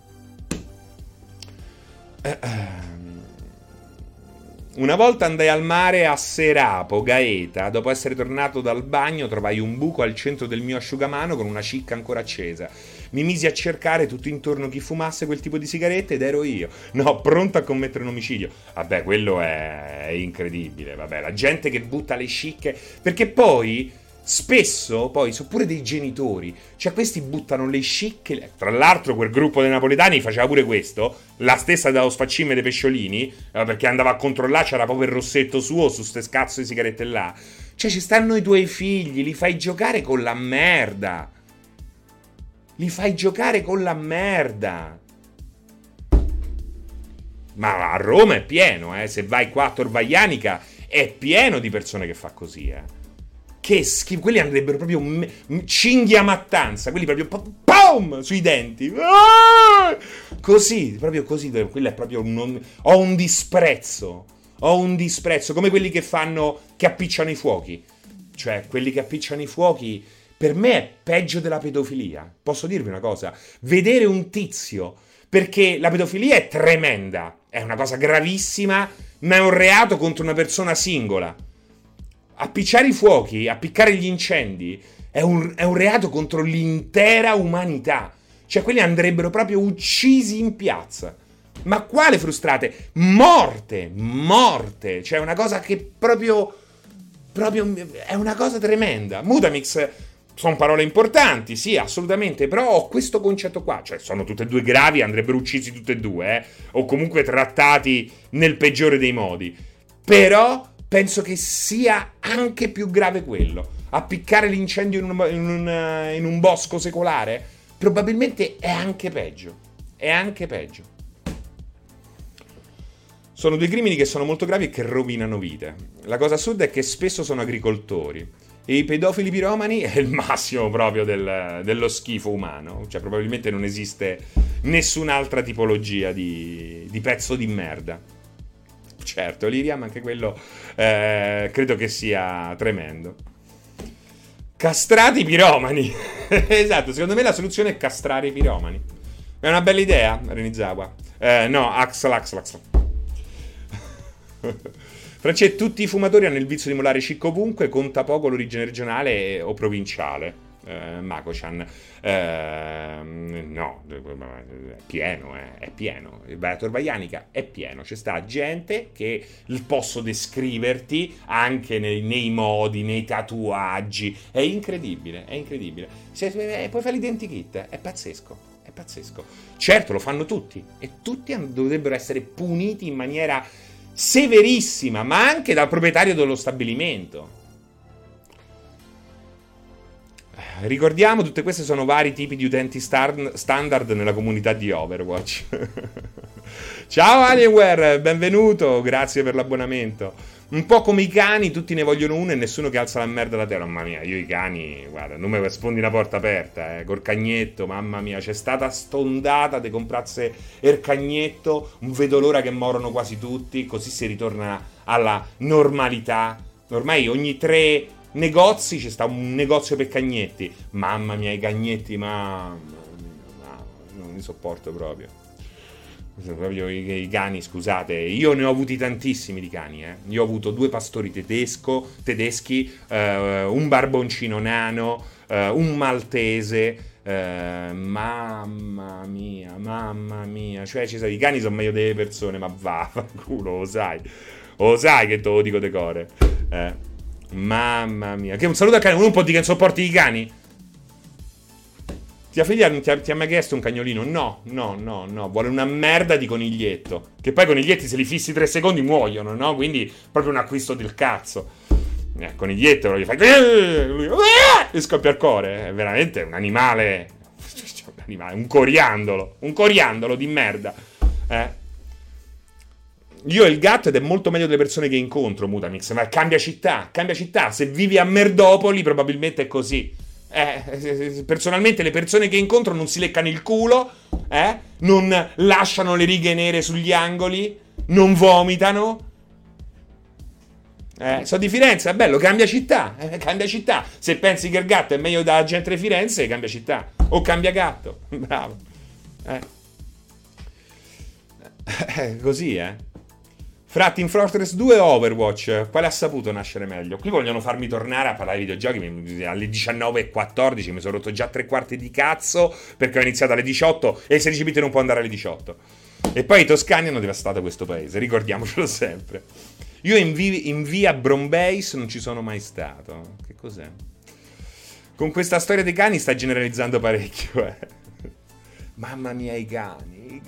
Una volta andai al mare a Serapo, Gaeta. Dopo essere tornato dal bagno trovai un buco al centro del mio asciugamano con una cicca ancora accesa. Mi misi a cercare tutto intorno chi fumasse quel tipo di sigarette ed ero io. No, pronto a commettere un omicidio. Vabbè, quello è incredibile. Vabbè, la gente che butta le scicche, perché poi spesso sono pure dei genitori, cioè questi buttano le scicche. Tra l'altro quel gruppo dei napoletani faceva pure questo, la stessa dello sfaccime dei pesciolini, perché andava a controllare, c'era proprio il rossetto suo su ste scazzo di sigarette là. Cioè ci stanno i tuoi figli, li fai giocare con la merda. Ma a Roma è pieno, se vai qua a Tor Vaianica è pieno di persone che fa così, Che schifo, quelli andrebbero proprio cinghia mattanza, quelli proprio POM sui denti. Così, proprio così, quello è proprio ho un disprezzo, come quelli che appicciano i fuochi. Cioè, quelli che appicciano i fuochi per me è peggio della pedofilia. Posso dirvi una cosa? Vedere un tizio perché la pedofilia è tremenda, è una cosa gravissima, ma è un reato contro una persona singola. Appicciare i fuochi, appiccare gli incendi è un reato contro l'intera umanità. Cioè, quelli andrebbero proprio uccisi in piazza. Ma quale frustrate? Morte! Cioè, è una cosa che proprio è una cosa tremenda. Mutamix, sono parole importanti, sì, assolutamente, però ho questo concetto qua. Cioè, sono tutte e due gravi, andrebbero uccisi tutte e due, o comunque trattati nel peggiore dei modi. Però penso che sia anche più grave quello. Appiccare l'incendio in un bosco secolare probabilmente è anche peggio. È anche peggio. Sono due crimini che sono molto gravi e che rovinano vite. La cosa assurda è che spesso sono agricoltori. E i pedofili piromani è il massimo proprio dello schifo umano. Cioè, probabilmente non esiste nessun'altra tipologia di pezzo di merda. Certo, Liria, ma anche quello credo che sia tremendo. Castrati i piromani. Esatto, secondo me la soluzione è castrare i piromani. È una bella idea, Renizawa. No, Axel. Francesco, tutti i fumatori hanno il vizio di mollare cicco ovunque, conta poco l'origine regionale o provinciale. Mako-chan, no, è pieno. Vai a Torvaianica, è pieno. C'è sta gente che posso descriverti anche nei modi, nei tatuaggi. È incredibile. Puoi fare l'identikit, è pazzesco. Certo, lo fanno tutti e tutti dovrebbero essere puniti in maniera severissima, ma anche dal proprietario dello stabilimento. Ricordiamo, tutte queste sono vari tipi di utenti standard nella comunità di Overwatch. Ciao Alienware, benvenuto, grazie per l'abbonamento. Un po' come i cani, tutti ne vogliono uno e nessuno che alza la merda alla terra. Mamma mia, io i cani, guarda, non mi sfondi una porta aperta, col cagnetto, mamma mia, c'è stata stondata di comprasse il cagnetto, non vedo l'ora che morono quasi tutti, così si ritorna alla normalità. Ormai ogni 3 negozi c'è sta un negozio per cagnetti. Mamma mia, i cagnetti, mamma mia, non li sopporto proprio. Proprio i cani, scusate, io ne ho avuti tantissimi di cani, Io ho avuto 2 pastori tedeschi, un barboncino nano, un maltese, mamma mia, cioè ci sai, i cani sono meglio delle persone, ma va, culo, lo sai che te lo dico decore, mamma mia, che un saluto al cane, uno un po' di che non sopporti i cani? Tia figlia ti ha mai chiesto un cagnolino? No, vuole una merda di coniglietto. Che poi i coniglietti se li fissi 3 secondi muoiono, no? Quindi proprio un acquisto del cazzo. Coniglietto, lo gli fai... e scoppia il cuore. È veramente un animale... un coriandolo di merda. Io ho il gatto ed è molto meglio delle persone che incontro, Mutamix. Ma cambia città. Se vivi a Merdopoli probabilmente è così. Personalmente le persone che incontro non si leccano il culo, non lasciano le righe nere sugli angoli, non vomitano. So di Firenze, è bello, cambia città. Se pensi che il gatto è meglio da gente di Firenze, cambia città. O cambia gatto. Bravo. Così, Fra Team Fortress 2 o Overwatch, quale ha saputo nascere meglio? Qui vogliono farmi tornare a parlare di videogiochi alle 19:14, mi sono rotto già 3/4 di cazzo perché ho iniziato alle 18 e il 16-bit non può andare alle 18. E poi i toscani hanno devastato questo paese, ricordiamocelo sempre. Io in via Brombase non ci sono mai stato. Che cos'è? Con questa storia dei cani sta generalizzando parecchio, Mamma mia, i cani.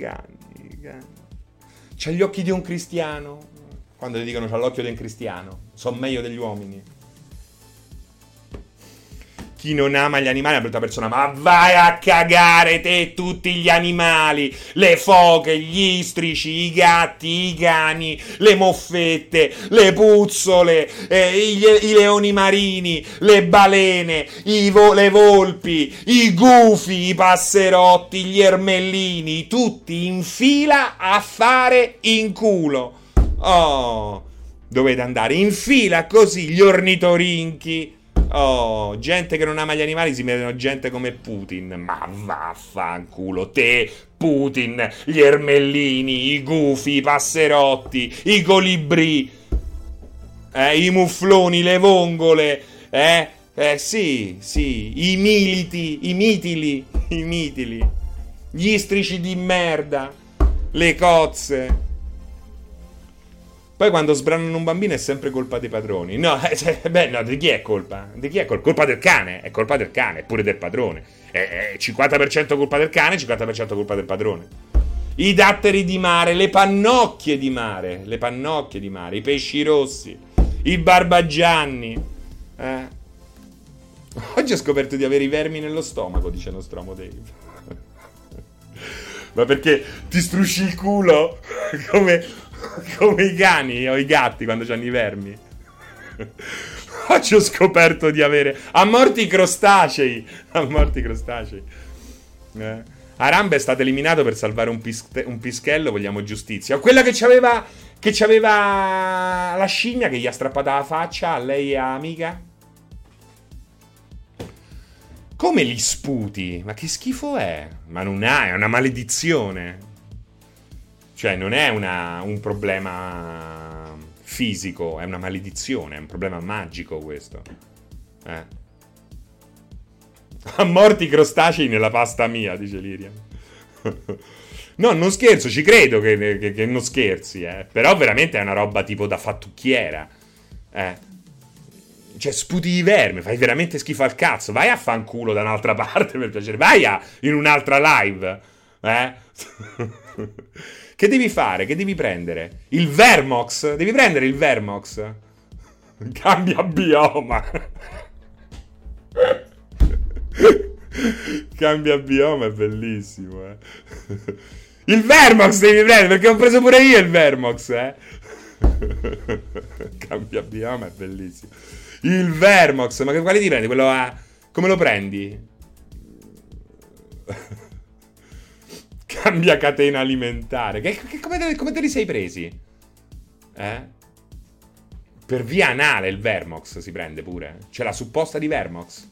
C'ha gli occhi di un cristiano. Quando ti dicono c'ha l'occhio di un cristiano, sono meglio degli uomini. Chi non ama gli animali è una brutta persona. Ma vai a cagare te tutti gli animali. Le foche, gli istrici, i gatti, i cani, le moffette, le puzzole, i leoni marini, le balene, le volpi, i gufi, i passerotti, gli ermellini, tutti in fila a fare in culo. Oh, dovete andare in fila così, gli ornitorinchi. Oh, gente che non ama gli animali si vedono gente come Putin. Ma vaffanculo, te, Putin, gli ermellini, i gufi, i passerotti, i colibrì, i muffloni, le vongole, sì, i mitili, gli istrici di merda, le cozze. Poi quando sbranano un bambino è sempre colpa dei padroni. No, no, di chi è colpa? Di chi è colpa? Colpa del cane, è colpa del cane, pure del padrone. È 50% colpa del cane, 50% colpa del padrone. I datteri di mare, le pannocchie di mare, i pesci rossi, i barbagianni. Oggi ho scoperto di avere i vermi nello stomaco, dice Nostromo Dave. Ma perché ti strusci il culo come i cani o i gatti quando c'hanno i vermi? Oggi ho scoperto di avere a morti i crostacei. Arambe è stato eliminato per salvare un pischello, vogliamo giustizia. Quella che c'aveva la scimmia che gli ha strappata la faccia a lei e a amica. Come li sputi? Ma che schifo è? Ma non è una maledizione. Cioè, non è un problema fisico, è una maledizione, è un problema magico questo. A morti i crostacei nella pasta mia, dice Lirian. No, non scherzo, ci credo che non scherzi, però veramente è una roba tipo da fattucchiera. Cioè, sputi i vermi, fai veramente schifo al cazzo. Vai a fanculo da un'altra parte, per piacere. Vai in un'altra live. Che devi fare? Che devi prendere? Il Vermox? Devi prendere il Vermox? Cambia bioma. Cambia bioma è bellissimo, Il Vermox devi prendere, perché ho preso pure io il Vermox, Cambia bioma è bellissimo. Il Vermox, ma quale ti prendi? Quello a... Come lo prendi? Cambia catena alimentare. Come te li sei presi? Per via anale il Vermox si prende pure. C'è la supposta di Vermox.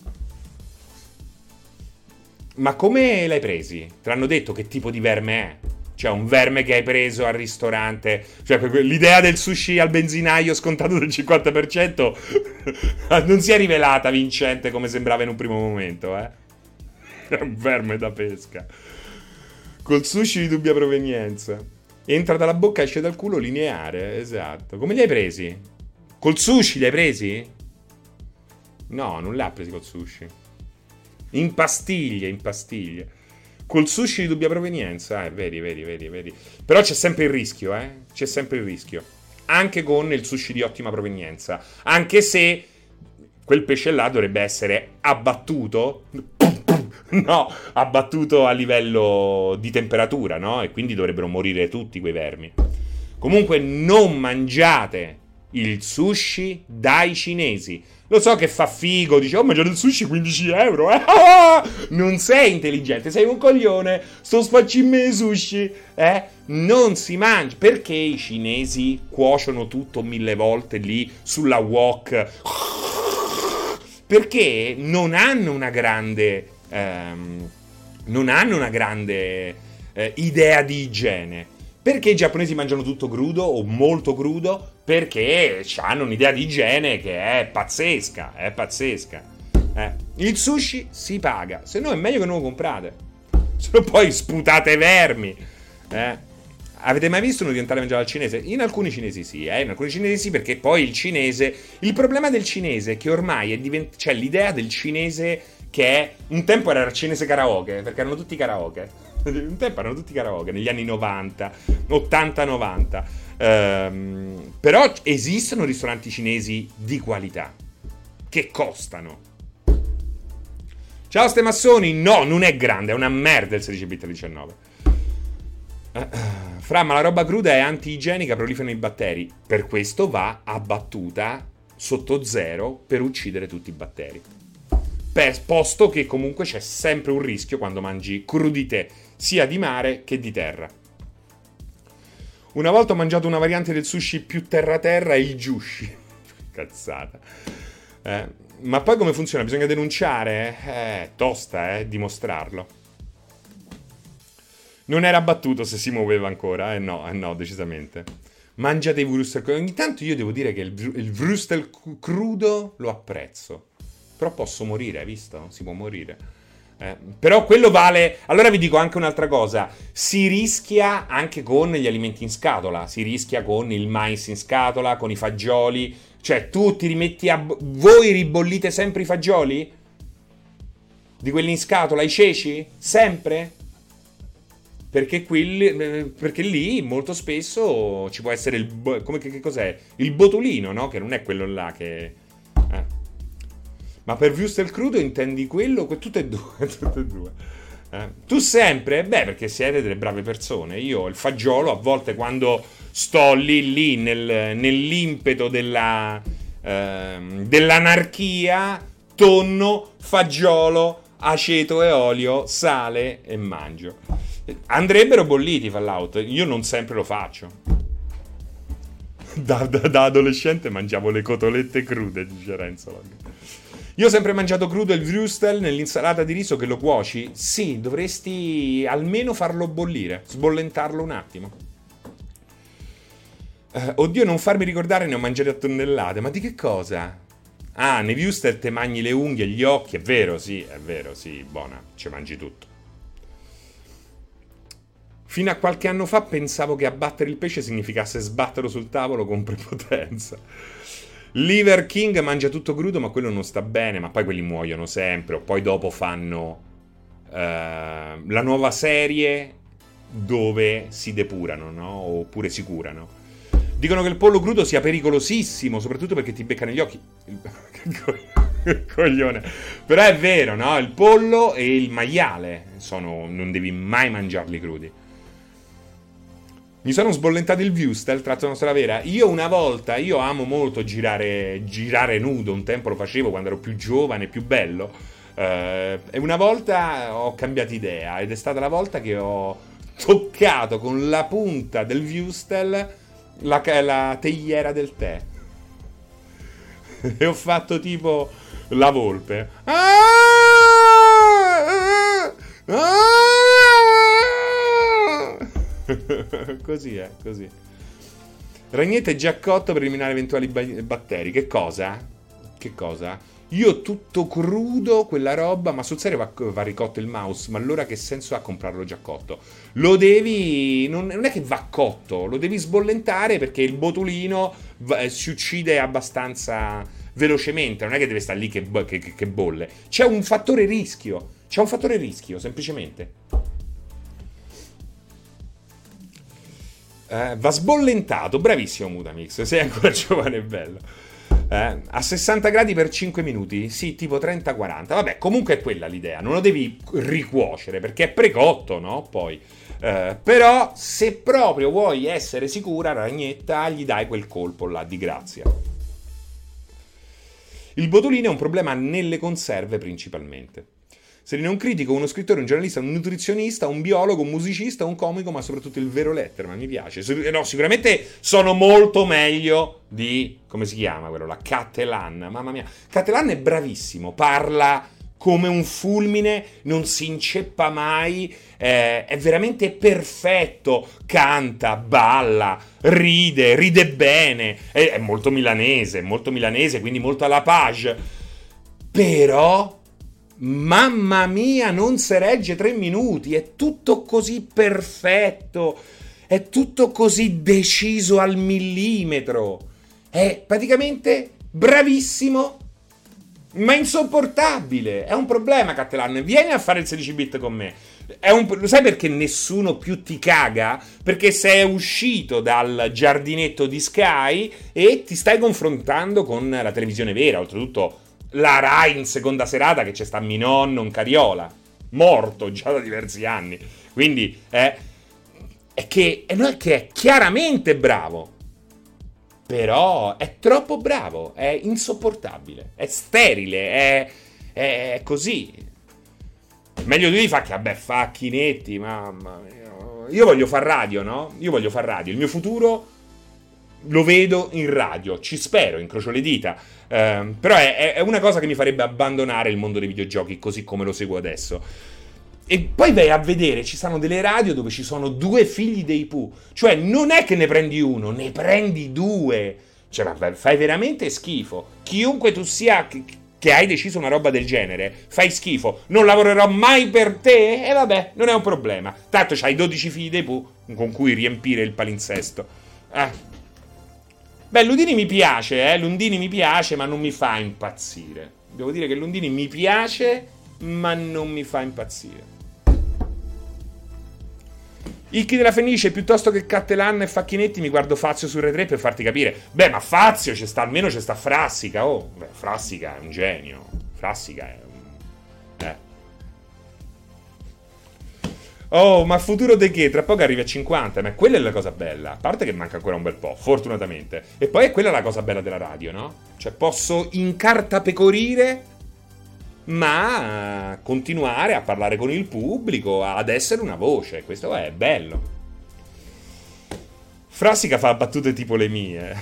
Ma come l'hai presi? Ti hanno detto che tipo di verme è? Cioè un verme che hai preso al ristorante. Cioè l'idea del sushi al benzinaio scontato del 50% non si è rivelata vincente come sembrava in un primo momento, È un verme da pesca. Col sushi di dubbia provenienza. Entra dalla bocca, esce dal culo, lineare. Esatto. Come li hai presi? Col sushi li hai presi? No, non li ha presi col sushi. In pastiglie. Col sushi di dubbia provenienza. Vedi. Però c'è sempre il rischio, C'è sempre il rischio. Anche con il sushi di ottima provenienza. Anche se quel pesce là dovrebbe essere abbattuto... No, abbattuto a livello di temperatura, no? E quindi dovrebbero morire tutti quei vermi. Comunque non mangiate il sushi dai cinesi. Lo so che fa figo, dice, ho mangiato il sushi 15 euro, Non sei intelligente, sei un coglione, sto sfaccimento sushi, Non si mangia. Perché i cinesi cuociono tutto 1000 volte lì sulla wok? Perché non hanno una grande... idea di igiene. Perché i giapponesi mangiano tutto crudo o molto crudo? Perché hanno un'idea di igiene che è pazzesca. Il sushi si paga, se no è meglio che non lo comprate, se no poi sputate vermi. Avete mai visto uno diventare mangiato al cinese? In alcuni cinesi sì, perché poi il problema del cinese è che ormai è cioè l'idea del cinese che è... Un tempo era il cinese karaoke, perché erano tutti karaoke. Negli anni 90, 80-90. Però esistono ristoranti cinesi di qualità, che costano. Ciao ste massoni, no, non è grande, è una merda il 16-bit 19. Fra, ma la roba cruda è anti-igienica, proliferano i batteri. Per questo va abbattuta sotto zero per uccidere tutti i batteri. Posto che comunque c'è sempre un rischio quando mangi crudité, sia di mare che di terra. Una volta ho mangiato una variante del sushi più terra-terra, il jushi. Cazzata. Ma poi come funziona? Bisogna denunciare? Tosta, dimostrarlo. Non era battuto se si muoveva ancora, no, decisamente. Mangiate i Vrustel. Ogni tanto io devo dire che il Vrustel crudo lo apprezzo. Però posso morire, hai visto? Si può morire. Però quello vale. Allora vi dico anche un'altra cosa. Si rischia anche con gli alimenti in scatola. Si rischia con il mais in scatola, con i fagioli. Cioè, tu ti rimetti a. Voi ribollite sempre i fagioli? Di quelli in scatola, i ceci? Sempre? Perché lì molto spesso ci può essere che cos'è? Il botulino, no? Che non è quello là che. Ma per Würstel crudo intendi quello? Tutte e due. Tutte e due. Tu sempre? Beh, perché siete delle brave persone. Io il fagiolo, a volte quando sto lì nell'impeto dell'anarchia, tonno, fagiolo, aceto e olio, sale e mangio. Andrebbero bolliti Fallout. Io non sempre lo faccio. Da adolescente mangiavo le cotolette crude, dice Renzo. Io ho sempre mangiato crudo il Würstel nell'insalata di riso che lo cuoci. Sì, dovresti almeno farlo bollire, sbollentarlo un attimo. Oddio, non farmi ricordare, ne ho mangiati a tonnellate. Ma di che cosa? Ah, nei Würstel te mangi le unghie, gli occhi. È vero, sì, buona. Ci mangi tutto. Fino a qualche anno fa pensavo che abbattere il pesce significasse sbatterlo sul tavolo con prepotenza. Liver King mangia tutto crudo, ma quello non sta bene, ma poi quelli muoiono sempre, o poi dopo fanno la nuova serie dove si depurano, no? Oppure si curano. Dicono che il pollo crudo sia pericolosissimo, soprattutto perché ti becca negli occhi. Che coglione. Però è vero, no? Il pollo e il maiale non devi mai mangiarli crudi. Mi sono sbollentato il Würstel, tratto una storia vera. Io amo molto girare nudo, un tempo lo facevo quando ero più giovane, più bello. E una volta ho cambiato idea, ed è stata la volta che ho toccato con la punta del Würstel la teiera del tè. E ho fatto tipo la volpe. Così è, così. Ragnete è già cotto per eliminare eventuali batteri. Che cosa? Che cosa? Io tutto crudo, quella roba, ma sul serio va ricotto il mouse, ma allora che senso ha comprarlo già cotto? Lo devi. Non è che va cotto, lo devi sbollentare perché il botulino si uccide abbastanza velocemente. Non è che deve stare lì che bolle. C'è un fattore rischio, semplicemente. Va sbollentato, bravissimo Mutamix, sei ancora giovane e bello. A 60 gradi per 5 minuti, sì, tipo 30-40. Vabbè, comunque è quella l'idea, non lo devi ricuocere perché è precotto, no? Poi però se proprio vuoi essere sicura, Ragnetta, gli dai quel colpo là di grazia. Il botulino è un problema nelle conserve principalmente. Se non critico uno scrittore, un giornalista, un nutrizionista, un biologo, un musicista, un comico, ma soprattutto il vero Letterman, mi piace. No, sicuramente sono molto meglio di, come si chiama quello là, Cattelan, mamma mia. Cattelan è bravissimo, parla come un fulmine, non si inceppa mai, è veramente perfetto, canta, balla, ride bene, è molto milanese, quindi molto alla page, però... Mamma mia, non si regge 3 minuti, è tutto così perfetto, è tutto così deciso al millimetro, è praticamente bravissimo, ma insopportabile. È un problema, Cattelan, vieni a fare il 16 bit con me. Sai perché nessuno più ti caga? Perché sei uscito dal giardinetto di Sky e ti stai confrontando con la televisione vera, oltretutto la Rai in seconda serata, che c'è sta mio nonno, un Cariola, morto già da diversi anni. Quindi è che è chiaramente bravo, però è troppo bravo, è insopportabile, è sterile, è così. Meglio di lui fa che, vabbè, facchinetti, mamma mia. Io voglio far radio, no? Il mio futuro lo vedo in radio, ci spero, incrocio le dita. Però è una cosa che mi farebbe abbandonare il mondo dei videogiochi così come lo seguo adesso. E poi vai a vedere, ci sono delle radio dove ci sono 2 figli dei Pooh. Cioè, non è che ne prendi uno, ne prendi 2. Cioè, ma fai veramente schifo. Chiunque tu sia che hai deciso una roba del genere, fai schifo. Non lavorerò mai per te? E vabbè, non è un problema. Tanto c'hai 12 figli dei Pooh con cui riempire il palinsesto. Beh, Ludini mi piace, Lundini mi piace, ma non mi fa impazzire. Devo dire che Lundini mi piace, ma non mi fa impazzire. Icchi della Fenice, piuttosto che Cattelan e Facchinetti mi guardo Fazio su Rai 3 per farti capire. Beh, ma Fazio almeno c'è sta Frassica. Oh, beh, Frassica è un genio. Frassica è un... Oh, ma futuro di che? Tra poco arrivi a 50, ma quella è la cosa bella. A parte che manca ancora un bel po', fortunatamente. E poi è quella la cosa bella della radio, no? Cioè posso incartapecorire, ma continuare a parlare con il pubblico, ad essere una voce. Questo è bello. Frassica fa battute tipo le mie.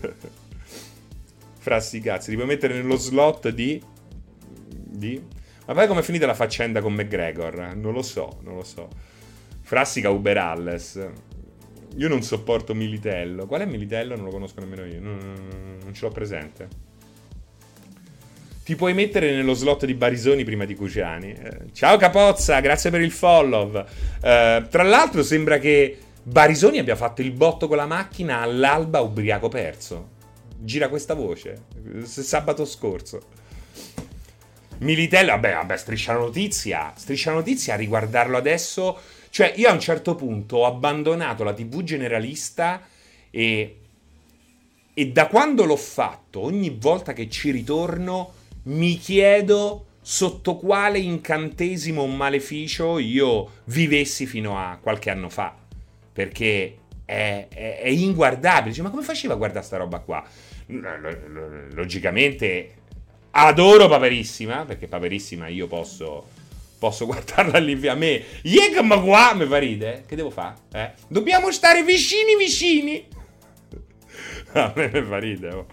Frassi cazzi, ti puoi mettere nello slot di... Ma poi com'è finita la faccenda con McGregor? Non lo so. Frassica Uberalles. Io non sopporto Militello. Qual è Militello? Non lo conosco nemmeno io. Non ce l'ho presente. Ti puoi mettere nello slot di Barisoni prima di Cuciani. Ciao Capozza, grazie per il follow. Tra l'altro sembra che Barisoni abbia fatto il botto con la macchina all'alba ubriaco perso. Gira questa voce. Sabato scorso. Militello, vabbè, Striscia la Notizia. Striscia la Notizia, a riguardarlo adesso... Cioè, io a un certo punto ho abbandonato la TV generalista e da quando l'ho fatto, ogni volta che ci ritorno... mi chiedo sotto quale incantesimo o maleficio io vivessi fino a qualche anno fa. Perché è inguardabile. Dice, ma come faceva a guardare sta roba qua? Logicamente adoro Paperissima, perché Paperissima io posso guardarla lì a me. Yegma qua mi fa ride. Che devo fare? Dobbiamo stare vicini. A me mi fa ride, oh.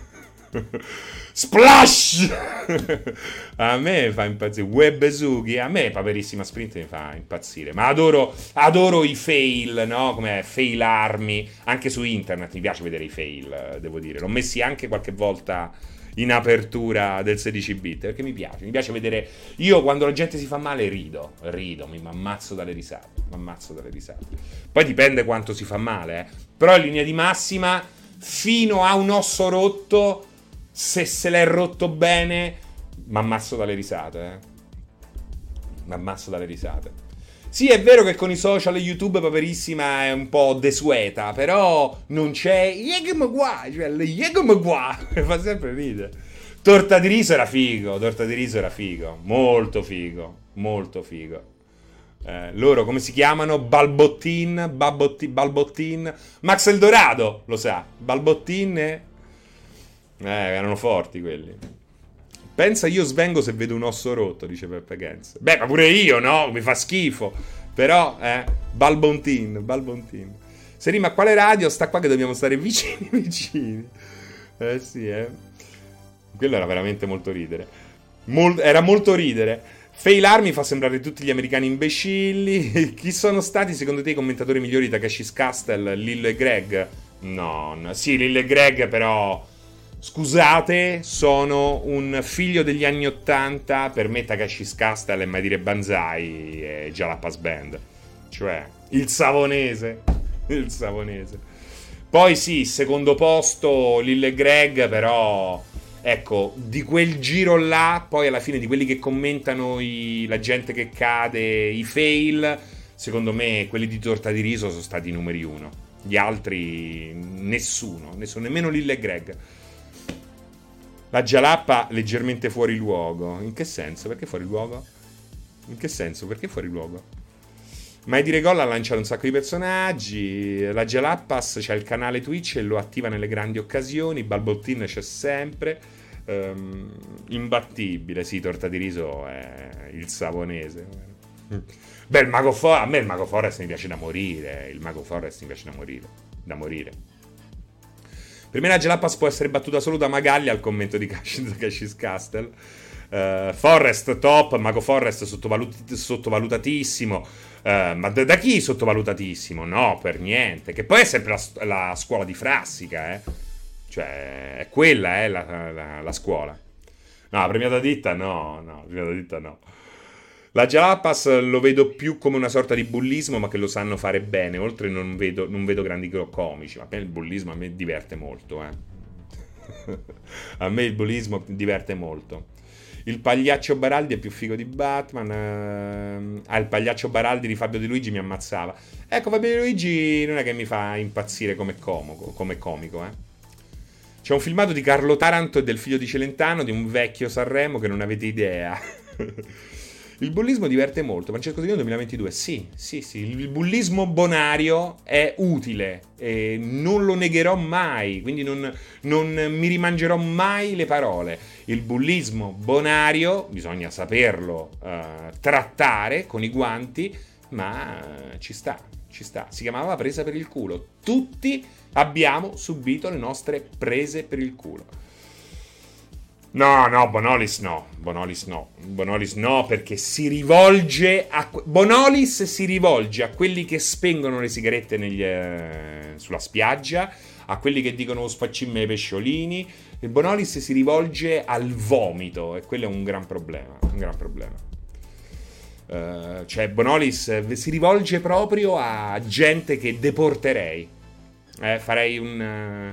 Splash! A me fa impazzire. Websugi, a me Paperissima Sprint mi fa impazzire. Ma adoro i fail, no? Come fail armi. Anche su internet mi piace vedere i fail, devo dire. L'ho messi anche qualche volta in apertura del 16 bit, perché mi piace vedere. Io quando la gente si fa male rido, mi ammazzo dalle risate. Poi dipende quanto si fa male, Però in linea di massima, fino a un osso rotto, se l'è rotto bene, m'ammazzo dalle risate, Sì, è vero che con i social e YouTube Paperissima è un po' desueta, però non c'è Yegma qua, cioè Yegma qua, mi fa sempre ridere. Torta di riso era figo, molto figo. Loro come si chiamano? Balbottin, Max Eldorado, lo sa, Balbottin erano forti quelli. Pensa, io svengo se vedo un osso rotto, dice Peppe Gens. Beh, ma pure io, no? Mi fa schifo. Però, Balbontin. Se rima a quale radio? Sta qua che dobbiamo stare vicini. Sì, Quello era veramente molto ridere. Era molto ridere. Failar mi fa sembrare tutti gli americani imbecilli. Chi sono stati, secondo te, i commentatori migliori di Takeshi's Castle? Lillo e Greg? No. Sì, Lillo e Greg, però... Scusate, sono un figlio degli anni 80. Per me Takeshi's Castle è Mai dire Banzai e Jalapas Band. Cioè, il savonese. Poi sì, secondo posto Lillo e Greg, però... Ecco, di quel giro là, poi alla fine di quelli che commentano la gente che cade, i fail, secondo me quelli di Torta di Riso sono stati i numeri 1. Gli altri nessuno, nemmeno Lillo e Greg. La Jalappa leggermente fuori luogo. In che senso? Perché fuori luogo? Mai dire gol ha lanciato un sacco di personaggi. La Jalappas c'ha il canale Twitch e lo attiva nelle grandi occasioni. Balbottin c'è sempre. Imbattibile. Sì, Torta di Riso è il savonese. Beh, a me il Mago Forest mi piace da morire. Da morire. Per me la Jalapas può essere battuta solo da Magalli al commento di Cassius Castle. Forrest top, Mago Forrest sottovalutatissimo. Ma da chi sottovalutatissimo? No, per niente. Che poi è sempre la scuola di Frassica, Cioè, è quella, la scuola. No, la premiata ditta no, la premiata ditta no. La Jalapas lo vedo più come una sorta di bullismo, ma che lo sanno fare bene. Oltre non vedo grandi comici. Ma il bullismo a me diverte molto, A me il bullismo diverte molto. Il pagliaccio Baraldi è più figo di Batman. Il pagliaccio Baraldi di Fabio De Luigi mi ammazzava. Ecco, Fabio De Luigi non è che mi fa impazzire come comico. C'è un filmato di Carlo Taranto e del figlio di Celentano, di un vecchio Sanremo che non avete idea. Il bullismo diverte molto. Francesco Zino 2022. Sì. Il bullismo bonario è utile e non lo negherò mai. Quindi non mi rimangerò mai le parole. Il bullismo bonario bisogna saperlo trattare con i guanti, ma ci sta. Si chiamava presa per il culo. Tutti abbiamo subito le nostre prese per il culo. No, Bonolis no, perché si rivolge Bonolis si rivolge a quelli che spengono le sigarette sulla spiaggia, a quelli che dicono spaccimme i pesciolini, e Bonolis si rivolge al vomito, e quello è un gran problema. Cioè Bonolis si rivolge proprio a gente che deporterei. Farei un...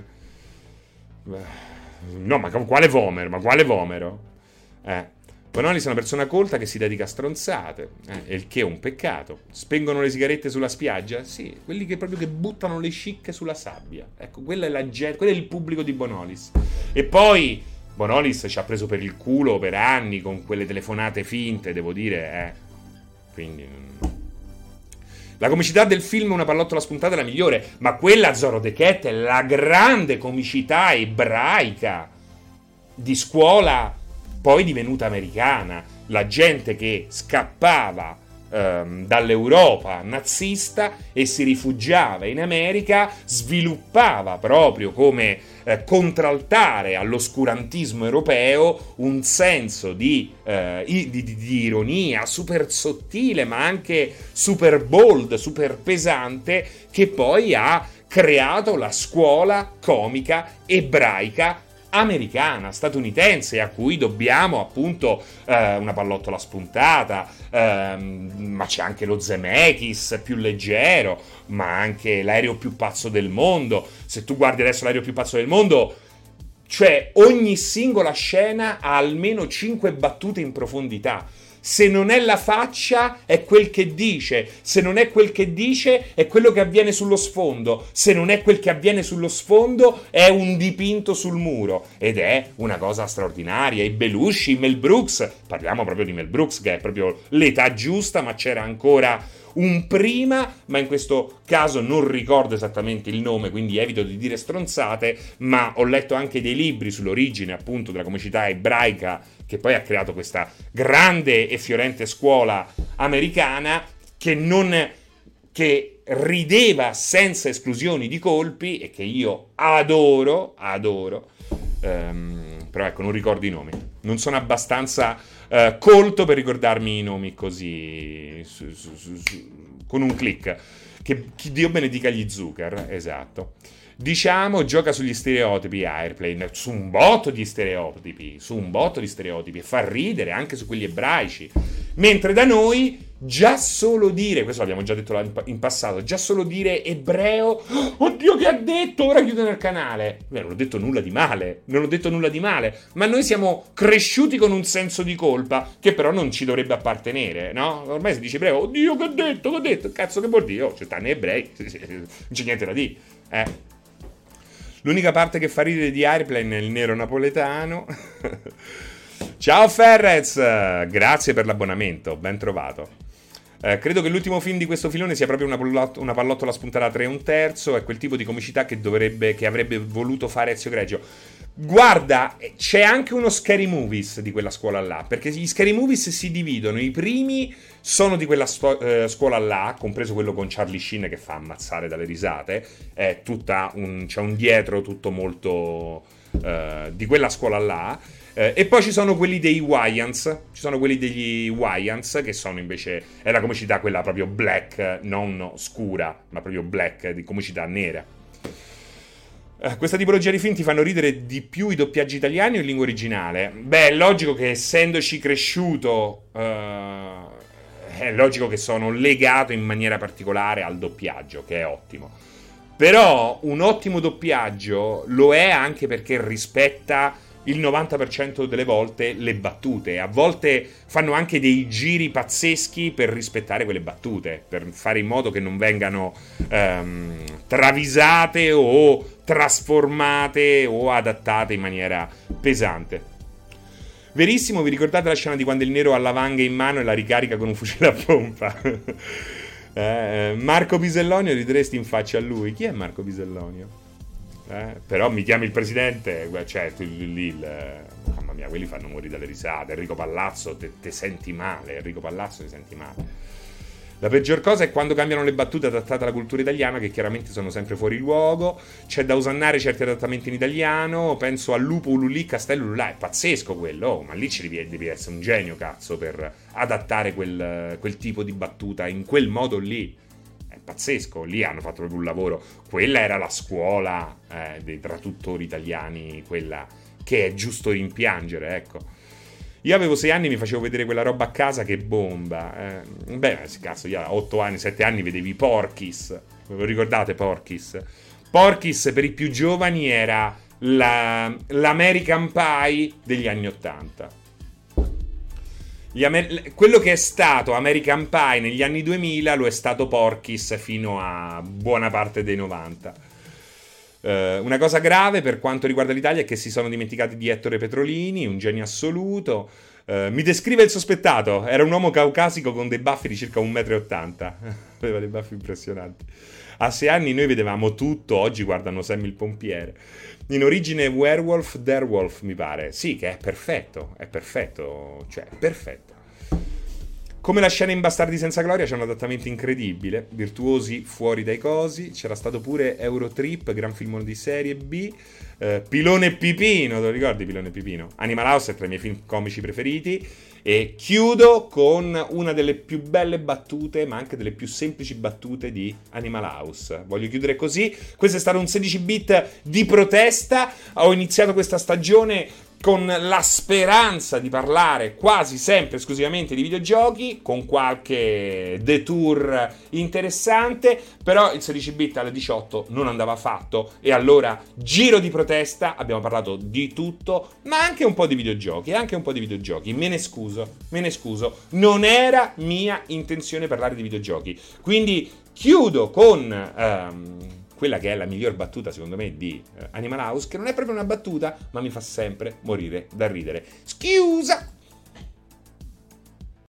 No, ma quale vomero? Bonolis è una persona colta che si dedica a stronzate, il che è un peccato. Spengono le sigarette sulla spiaggia? Sì, quelli che proprio che buttano le scicche sulla sabbia. Ecco, quella è la gente, quello è il pubblico di Bonolis. E poi Bonolis ci ha preso per il culo per anni con quelle telefonate finte, devo dire, Quindi... La comicità del film Una pallottola spuntata è la migliore, ma quella Zorro De Cat è la grande comicità ebraica di scuola, poi divenuta americana. La gente che scappava dall'Europa nazista e si rifugiava in America sviluppava proprio come contraltare all'oscurantismo europeo un senso di ironia super sottile, ma anche super bold, super pesante, che poi ha creato la scuola comica ebraica americana, statunitense, a cui dobbiamo appunto Una pallottola spuntata, ma c'è anche lo Zemeckis più leggero, ma anche L'aereo più pazzo del mondo. Se tu guardi adesso L'aereo più pazzo del mondo, cioè ogni singola scena ha almeno 5 battute in profondità. Se non è la faccia, è quel che dice. Se non è quel che dice, è quello che avviene sullo sfondo. Se non è quel che avviene sullo sfondo, è un dipinto sul muro. Ed è una cosa straordinaria. I Belushi, Mel Brooks. Parliamo proprio di Mel Brooks, che è proprio l'età giusta, ma c'era ancora un prima, ma in questo caso non ricordo esattamente il nome, quindi evito di dire stronzate, ma ho letto anche dei libri sull'origine appunto della comicità ebraica, che poi ha creato questa grande e fiorente scuola americana che rideva senza esclusioni di colpi e che io adoro, però ecco, non ricordo i nomi, non sono abbastanza colto per ricordarmi i nomi così con un click. Che Dio benedica gli Zucker, esatto. Diciamo, gioca sugli stereotipi Airplane, su un botto di stereotipi, e fa ridere anche su quelli ebraici. Mentre da noi già solo dire, questo l'abbiamo già detto in passato, già solo dire ebreo, oddio che ha detto, ora chiudono il canale. Beh, non ho detto nulla di male, ma noi siamo cresciuti con un senso di colpa che però non ci dovrebbe appartenere, no? Ormai si dice ebreo, oddio che ha detto, cazzo che vuol dire? Oh, ci stanno ebrei, non c'è niente da dire, L'unica parte che fa ridere di Airplane è il nero napoletano. Ciao Ferrez, grazie per l'abbonamento, ben trovato. Credo che l'ultimo film di questo filone sia proprio una pallottola spuntata 3 1/3, è quel tipo di comicità che avrebbe voluto fare Ezio Greggio. Guarda, c'è anche uno Scary Movies di quella scuola là, perché gli Scary Movies si dividono, i primi sono di quella scuola là, compreso quello con Charlie Sheen che fa ammazzare dalle risate, c'è un dietro tutto molto di quella scuola là, e poi ci sono quelli dei Wayans, ci sono quelli degli Wayans che sono invece, è la comicità quella proprio black, non scura, ma proprio black, di comicità nera. Questa tipologia di film ti fanno ridere di più i doppiaggi italiani o in lingua originale? Beh, è logico che essendoci cresciuto, è logico che sono legato in maniera particolare al doppiaggio, che è ottimo. Però un ottimo doppiaggio lo è anche perché rispetta il 90% delle volte le battute. A volte fanno anche dei giri pazzeschi per rispettare quelle battute, per fare in modo che non vengano travisate o trasformate o adattate in maniera pesante. Verissimo, vi ricordate la scena di quando il nero ha la vanga in mano e la ricarica con un fucile a pompa? Marco Pisellonio, rideresti in faccia a lui. Chi è Marco Pisellonio? Però mi chiami il presidente, cioè mamma mia, quelli fanno morire dalle risate. Enrico Palazzo, te senti male. Enrico Palazzo ti senti male. La peggior cosa è quando cambiano le battute adattate alla cultura italiana, che chiaramente sono sempre fuori luogo. C'è da osannare certi adattamenti in italiano. Penso a Lupo, Ululì, Castello, Ululà. È pazzesco quello, ma lì devi essere un genio, cazzo, per adattare quel tipo di battuta in quel modo lì. È pazzesco, lì hanno fatto proprio un lavoro. Quella era la scuola dei traduttori italiani, quella che è giusto rimpiangere, ecco. Io avevo 6 anni e mi facevo vedere quella roba a casa, che bomba. Beh, cazzo, io a 8 anni, 7 anni vedevi Porky's. Ve lo ricordate Porky's? Porky's per i più giovani era l'American Pie degli anni 80. Quello che è stato American Pie negli anni 2000 lo è stato Porky's fino a buona parte dei 90. Una cosa grave per quanto riguarda l'Italia è che si sono dimenticati di Ettore Petrolini, un genio assoluto. Mi descrive il sospettato, era un uomo caucasico con dei baffi di circa 1,80 m. Aveva dei baffi impressionanti. A 6 anni noi vedevamo tutto, oggi guardano Sammy il pompiere. In origine Werewolf, Derewolf mi pare. Sì, che è perfetto, cioè è perfetto. Come la scena in Bastardi senza gloria, c'è un adattamento incredibile, virtuosi fuori dai cosi. C'era stato pure Eurotrip, gran filmone di serie B. Pilone e Pipino, te lo ricordi Pilone e Pipino? Animal House è tra i miei film comici preferiti. E chiudo con una delle più belle battute, ma anche delle più semplici battute di Animal House. Voglio chiudere così. Questo è stato un 16 bit di protesta. Ho iniziato questa stagione con la speranza di parlare quasi sempre esclusivamente di videogiochi, con qualche detour interessante, però il 16 bit alle 18 non andava fatto, e allora giro di protesta, abbiamo parlato di tutto, ma anche un po' di videogiochi, me ne scuso, non era mia intenzione parlare di videogiochi, quindi chiudo con quella che è la miglior battuta secondo me di Animal House, che non è proprio una battuta, ma mi fa sempre morire da ridere. Scusa!